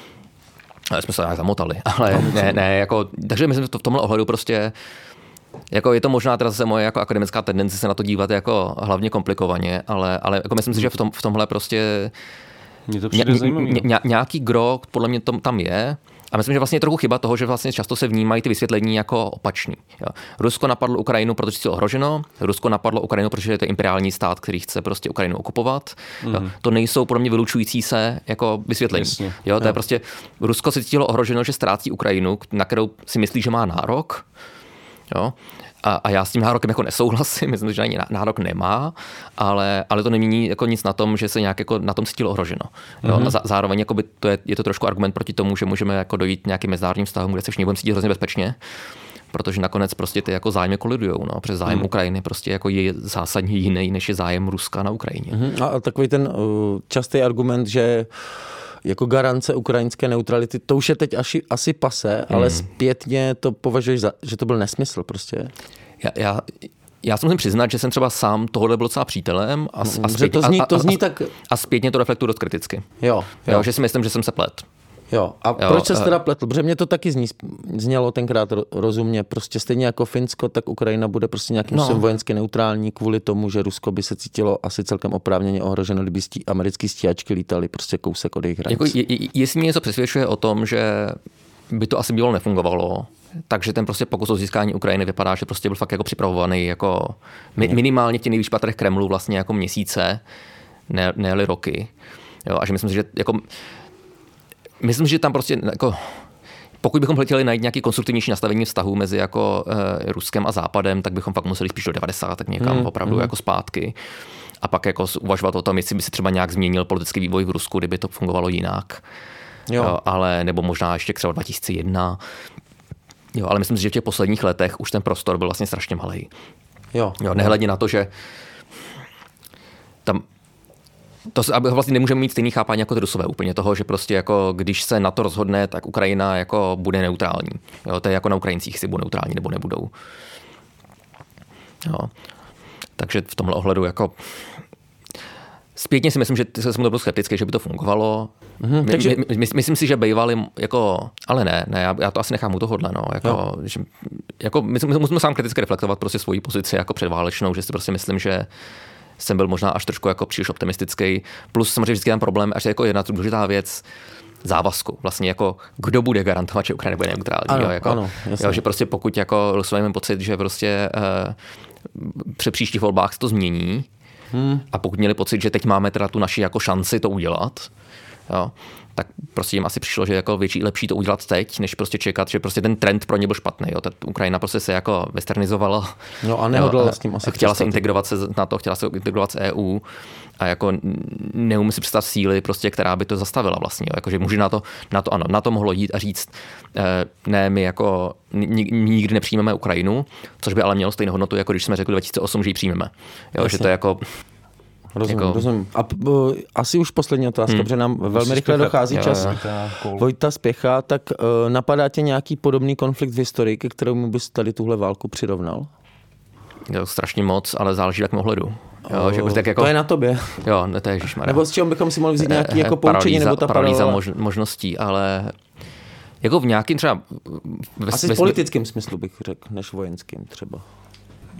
ale jsme se nějak zamotali. Ale ne, ne, jako, takže myslím, že to v tomhle ohledu prostě jako je to možná teda zase moje jako akademická tendence se na to dívat jako hlavně komplikovaně, ale, ale jako myslím si, že v, tom, v tomhle prostě Mně to přijde zajímavý. Ně, ně, nějaký gro podle mě tom, tam je. A myslím, že vlastně je trochu chyba toho, že vlastně často se vnímají ty vysvětlení jako opačný. Jo. Rusko napadlo Ukrajinu, protože je ohroženo. Rusko napadlo Ukrajinu, protože je to imperiální stát, který chce prostě Ukrajinu okupovat. Mm. Jo. To nejsou pro mě vylučující se jako vysvětlení. Jasně. Jo, to jo. je prostě Rusko se cítilo ohroženo, že ztrácí Ukrajinu, na kterou si myslí, že má nárok. Jo. A, a já s tím nárokem jako nesouhlasím, myslím, že ani nárok nemá, ale, ale to nemění jako nic na tom, že se nějak jako na tom cítilo ohroženo. Jo? Mm-hmm. A za, zároveň jako by to je, je to trošku argument proti tomu, že můžeme jako dojít nějakým mezinárodním vztahům, kde se všichni budeme cítit hrozně bezpečně, protože nakonec prostě ty jako zájmy kolidujou. No? Přes zájem mm. Ukrajiny prostě jako je zásadně jiný, než je zájem Ruska na Ukrajině. Mm-hmm. A takový ten uh, častý argument, že jako garance ukrajinské neutrality, to už je teď asi, asi pase, hmm. ale zpětně to považuješ za, že to byl nesmysl prostě? Já, já, já si musím přiznat, že jsem třeba sám tohle byl docela přítelem a, hmm, a, zpětně, to zní, to zní a, tak... a zpětně to reflektuju dost kriticky. Jo, jo. jo, že si myslím, že jsem se plet. Jo, a jo, proč se teda pletl? Protože mě to taky zní, znělo tenkrát rozumně. Prostě stejně jako Finsko, tak Ukrajina bude prostě nějakým no. způsobem vojensky neutrální kvůli tomu, že Rusko by se cítilo asi celkem oprávněně ohroženo, kdyby stí, americký stíhačky lítaly prostě kousek od jejich hranic. Jako, je, jestli mě něco přesvědčuje o tom, že by to asi bývalo nefungovalo, takže ten prostě pokus o získání Ukrajiny vypadá, že prostě byl fakt jako připravovaný jako mi, minimálně v těch nejvyšších patrech Kremlu vlastně jako měsíce, ne, ne roky. Jo, a že myslím si, že jako myslím, že tam prostě jako, pokud bychom chtěli najít nějaký konstruktivnější nastavení vztahu mezi jako e, Ruskem a Západem, tak bychom fakt museli spíš do devadesátek někam hmm, opravdu hmm. jako zpátky. A pak jako uvažovat o tom, jestli by se třeba nějak změnil politický vývoj v Rusku, kdyby to fungovalo jinak. Jo. Jo, ale nebo možná ještě třeba dva tisíce jedna. Jo, ale myslím si, že v těch posledních letech už ten prostor byl vlastně strašně malý. Jo. Jo, nehledě na to, že tam to vlastně nemůžeme mít stejný chápání jako ty Rusové úplně toho, že prostě jako když se na to rozhodne, tak Ukrajina jako bude neutrální. Jo, to je jako na Ukrajincích, si budou neutrální nebo nebudou. Jo. Takže v tomhle ohledu jako zpětně si myslím, že jsem to byl skeptický, že by to fungovalo. Mm-hmm, my, takže... my, my, myslím si, že bývali jako, ale ne, ne, já, já to asi nechám u tohohle, no, jako, že, jako my, my musíme sám kriticky reflektovat prostě svoji pozici jako předválečnou, že si prostě myslím, že jsem byl možná až trošku jako příliš optimistický. Plus samozřejmě vždycky ten problém, až je jako jedna důležitá věc závazku. Vlastně jako kdo bude garantovat, že Ukrajina bude neutrální. Ano, jo, jako, ano, jo, že prostě pokud jako Rusové mají pocit, že prostě uh, při příštích volbách se to změní hmm. a pokud měli pocit, že teď máme teda tu naši jako šanci to udělat, jo, tak prostě jim asi přišlo, že jako větší lepší to udělat teď, než prostě čekat, že prostě ten trend pro ně byl špatný. Jo. Ta Ukrajina prostě se jako westernizovala. No a nehodlala s tím asi chtěla se integrovat se na to, chtěla se integrovat s E U a jako neumí si představit síly, prostě, která by to zastavila vlastně. Jo. Jakože může na to, na to, ano, na to mohlo jít a říct, ne, my jako nikdy nepřijmeme Ukrajinu, což by ale mělo stejnou hodnotu, jako když jsme řekli dva tisíce osm, že ji přijmeme. Jo, že to je jako Rozumím, jako... rozumím. A uh, asi už poslední otázka, hmm. protože nám velmi Musíš rychle spěchat. Dochází jo, čas. Jo. Vojta spěchá, tak uh, napadá tě nějaký podobný konflikt v historii, ke kterému bys tady tuhle válku přirovnal? Jo, strašně moc, ale záleží v jakém ohledu. Jo, že tak jako... To je na tobě. Jo, ne, to je ježišmarja. Nebo s čím bychom si mohli vzít nějaký jako poučení, nebo ta paralýza mož, možností, ale jako v nějakým třeba... Ve, Asi ve, v politickém smyslu bych řekl, než vojenským třeba.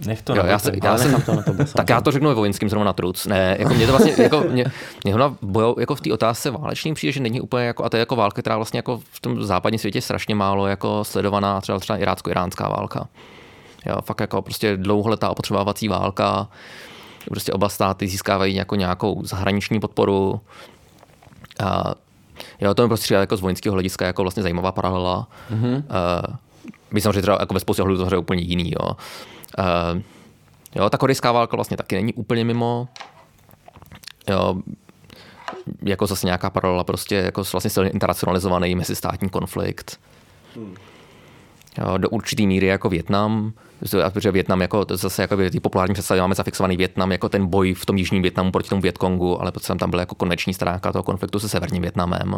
Nech to jo, na já, se, já jsem, to na to tak já to řeknu ve vojenským zrovna na truc. Ne, jako mě to vlastně, jako mě, mě bojou, jako v té otázce válečný přijde, že není úplně jako, a to je jako válka, která vlastně jako v tom západním světě je strašně málo jako sledovaná, třeba třeba irácko-iránská válka. Jo, fakt jako prostě dlouholetá opotřebovávací válka, prostě oba státy získávají jako nějakou zahraniční podporu. A jo, to mi prostě jako z vojenského hlediska jako vlastně zajímavá paralela. Mm-hmm. Uh, Bych samozřejmě třeba jako ve spoustě ohledů to hře úplně jiný. Jo. Uh, jo, ta korejská válka vlastně taky není úplně mimo. Jo, jako zase nějaká paralela prostě jako vlastně silně internacionalizovaný mezistátní konflikt. Hmm. Jo, do určitý míry jako Vietnam, protože Vietnam jako zase jako ty populární představy máme zafixovaný Vietnam jako ten boj v tom jižním Vietnamu proti tomu Vietkongu, ale potom tam byla jako konečný stránka toho konfliktu se severním Vietnamem. Uh,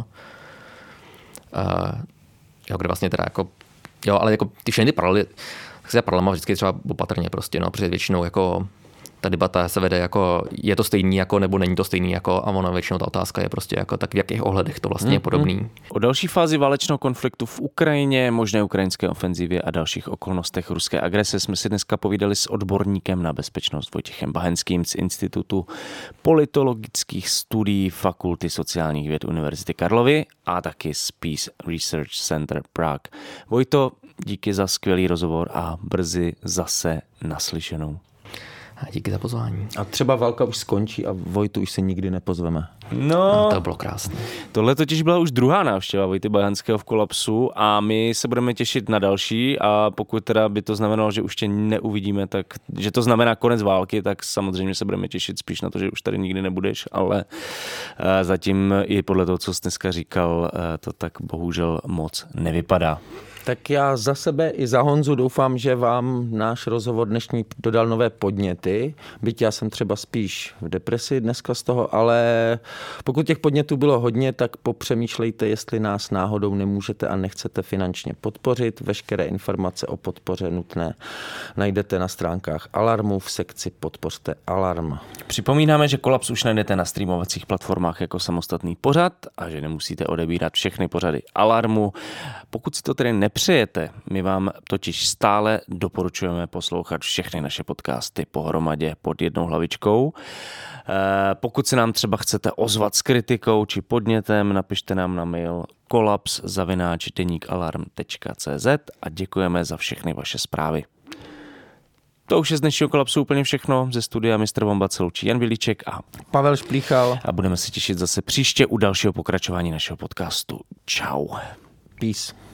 jo, kde vlastně teda jako jo, ale jako ty všechny paralely, tak se paralelama vždycky třeba opatrně prostě, no, protože většinou jako ta debata se vede jako, je to stejný jako, nebo není to stejný jako, a ono většinou ta otázka je prostě jako, tak v jakých ohledech to vlastně mm, je podobný. Mm. O další fázi válečného konfliktu v Ukrajině, možné ukrajinské ofenzivě a dalších okolnostech ruské agrese jsme si dneska povídali s odborníkem na bezpečnost Vojtěchem Bahenským z Institutu politologických studií Fakulty sociálních věd Univerzity Karlovy a taky z Peace Research Center Prague. Vojto, díky za skvělý rozhovor a brzy zase naslyšenou. A díky za pozvání. A třeba válka už skončí a Vojtu už se nikdy nepozveme. No, no to bylo krásné. Tohle totiž byla už druhá návštěva Vojty Bahenského v Kolapsu a my se budeme těšit na další a pokud teda by to znamenalo, že už tě neuvidíme, tak že to znamená konec války, tak samozřejmě se budeme těšit spíš na to, že už tady nikdy nebudeš, ale zatím i podle toho, co jsi dneska říkal, to tak bohužel moc nevypadá. Tak já za sebe i za Honzu doufám, že vám náš rozhovor dnešní dodal nové podněty, byť já jsem třeba spíš v depresi dneska z toho, ale pokud těch podnětů bylo hodně, tak popřemýšlejte, jestli nás náhodou nemůžete a nechcete finančně podpořit. Veškeré informace o podpoře nutné najdete na stránkách Alarmu v sekci Podpořte Alarm. Připomínáme, že Kolaps už najdete na streamovacích platformách jako samostatný pořad a že nemusíte odebírat všechny pořady Alarmu. Pokud si to tedy nepřejete, my vám totiž stále doporučujeme poslouchat všechny naše podcasty pohromadě pod jednou hlavičkou. Pokud se nám třeba chcete ozvat s kritikou či podnětem, napište nám na mail kolaps zavináč deník alarm tečka cé zet a děkujeme za všechny vaše zprávy. To už je z dnešního Kolapsu úplně všechno. Ze studia mistr Vombat se loučí Jan Vilíček a Pavel Šplíchal. A budeme se těšit zase příště u dalšího pokračování našeho podcastu. Čau. Peace.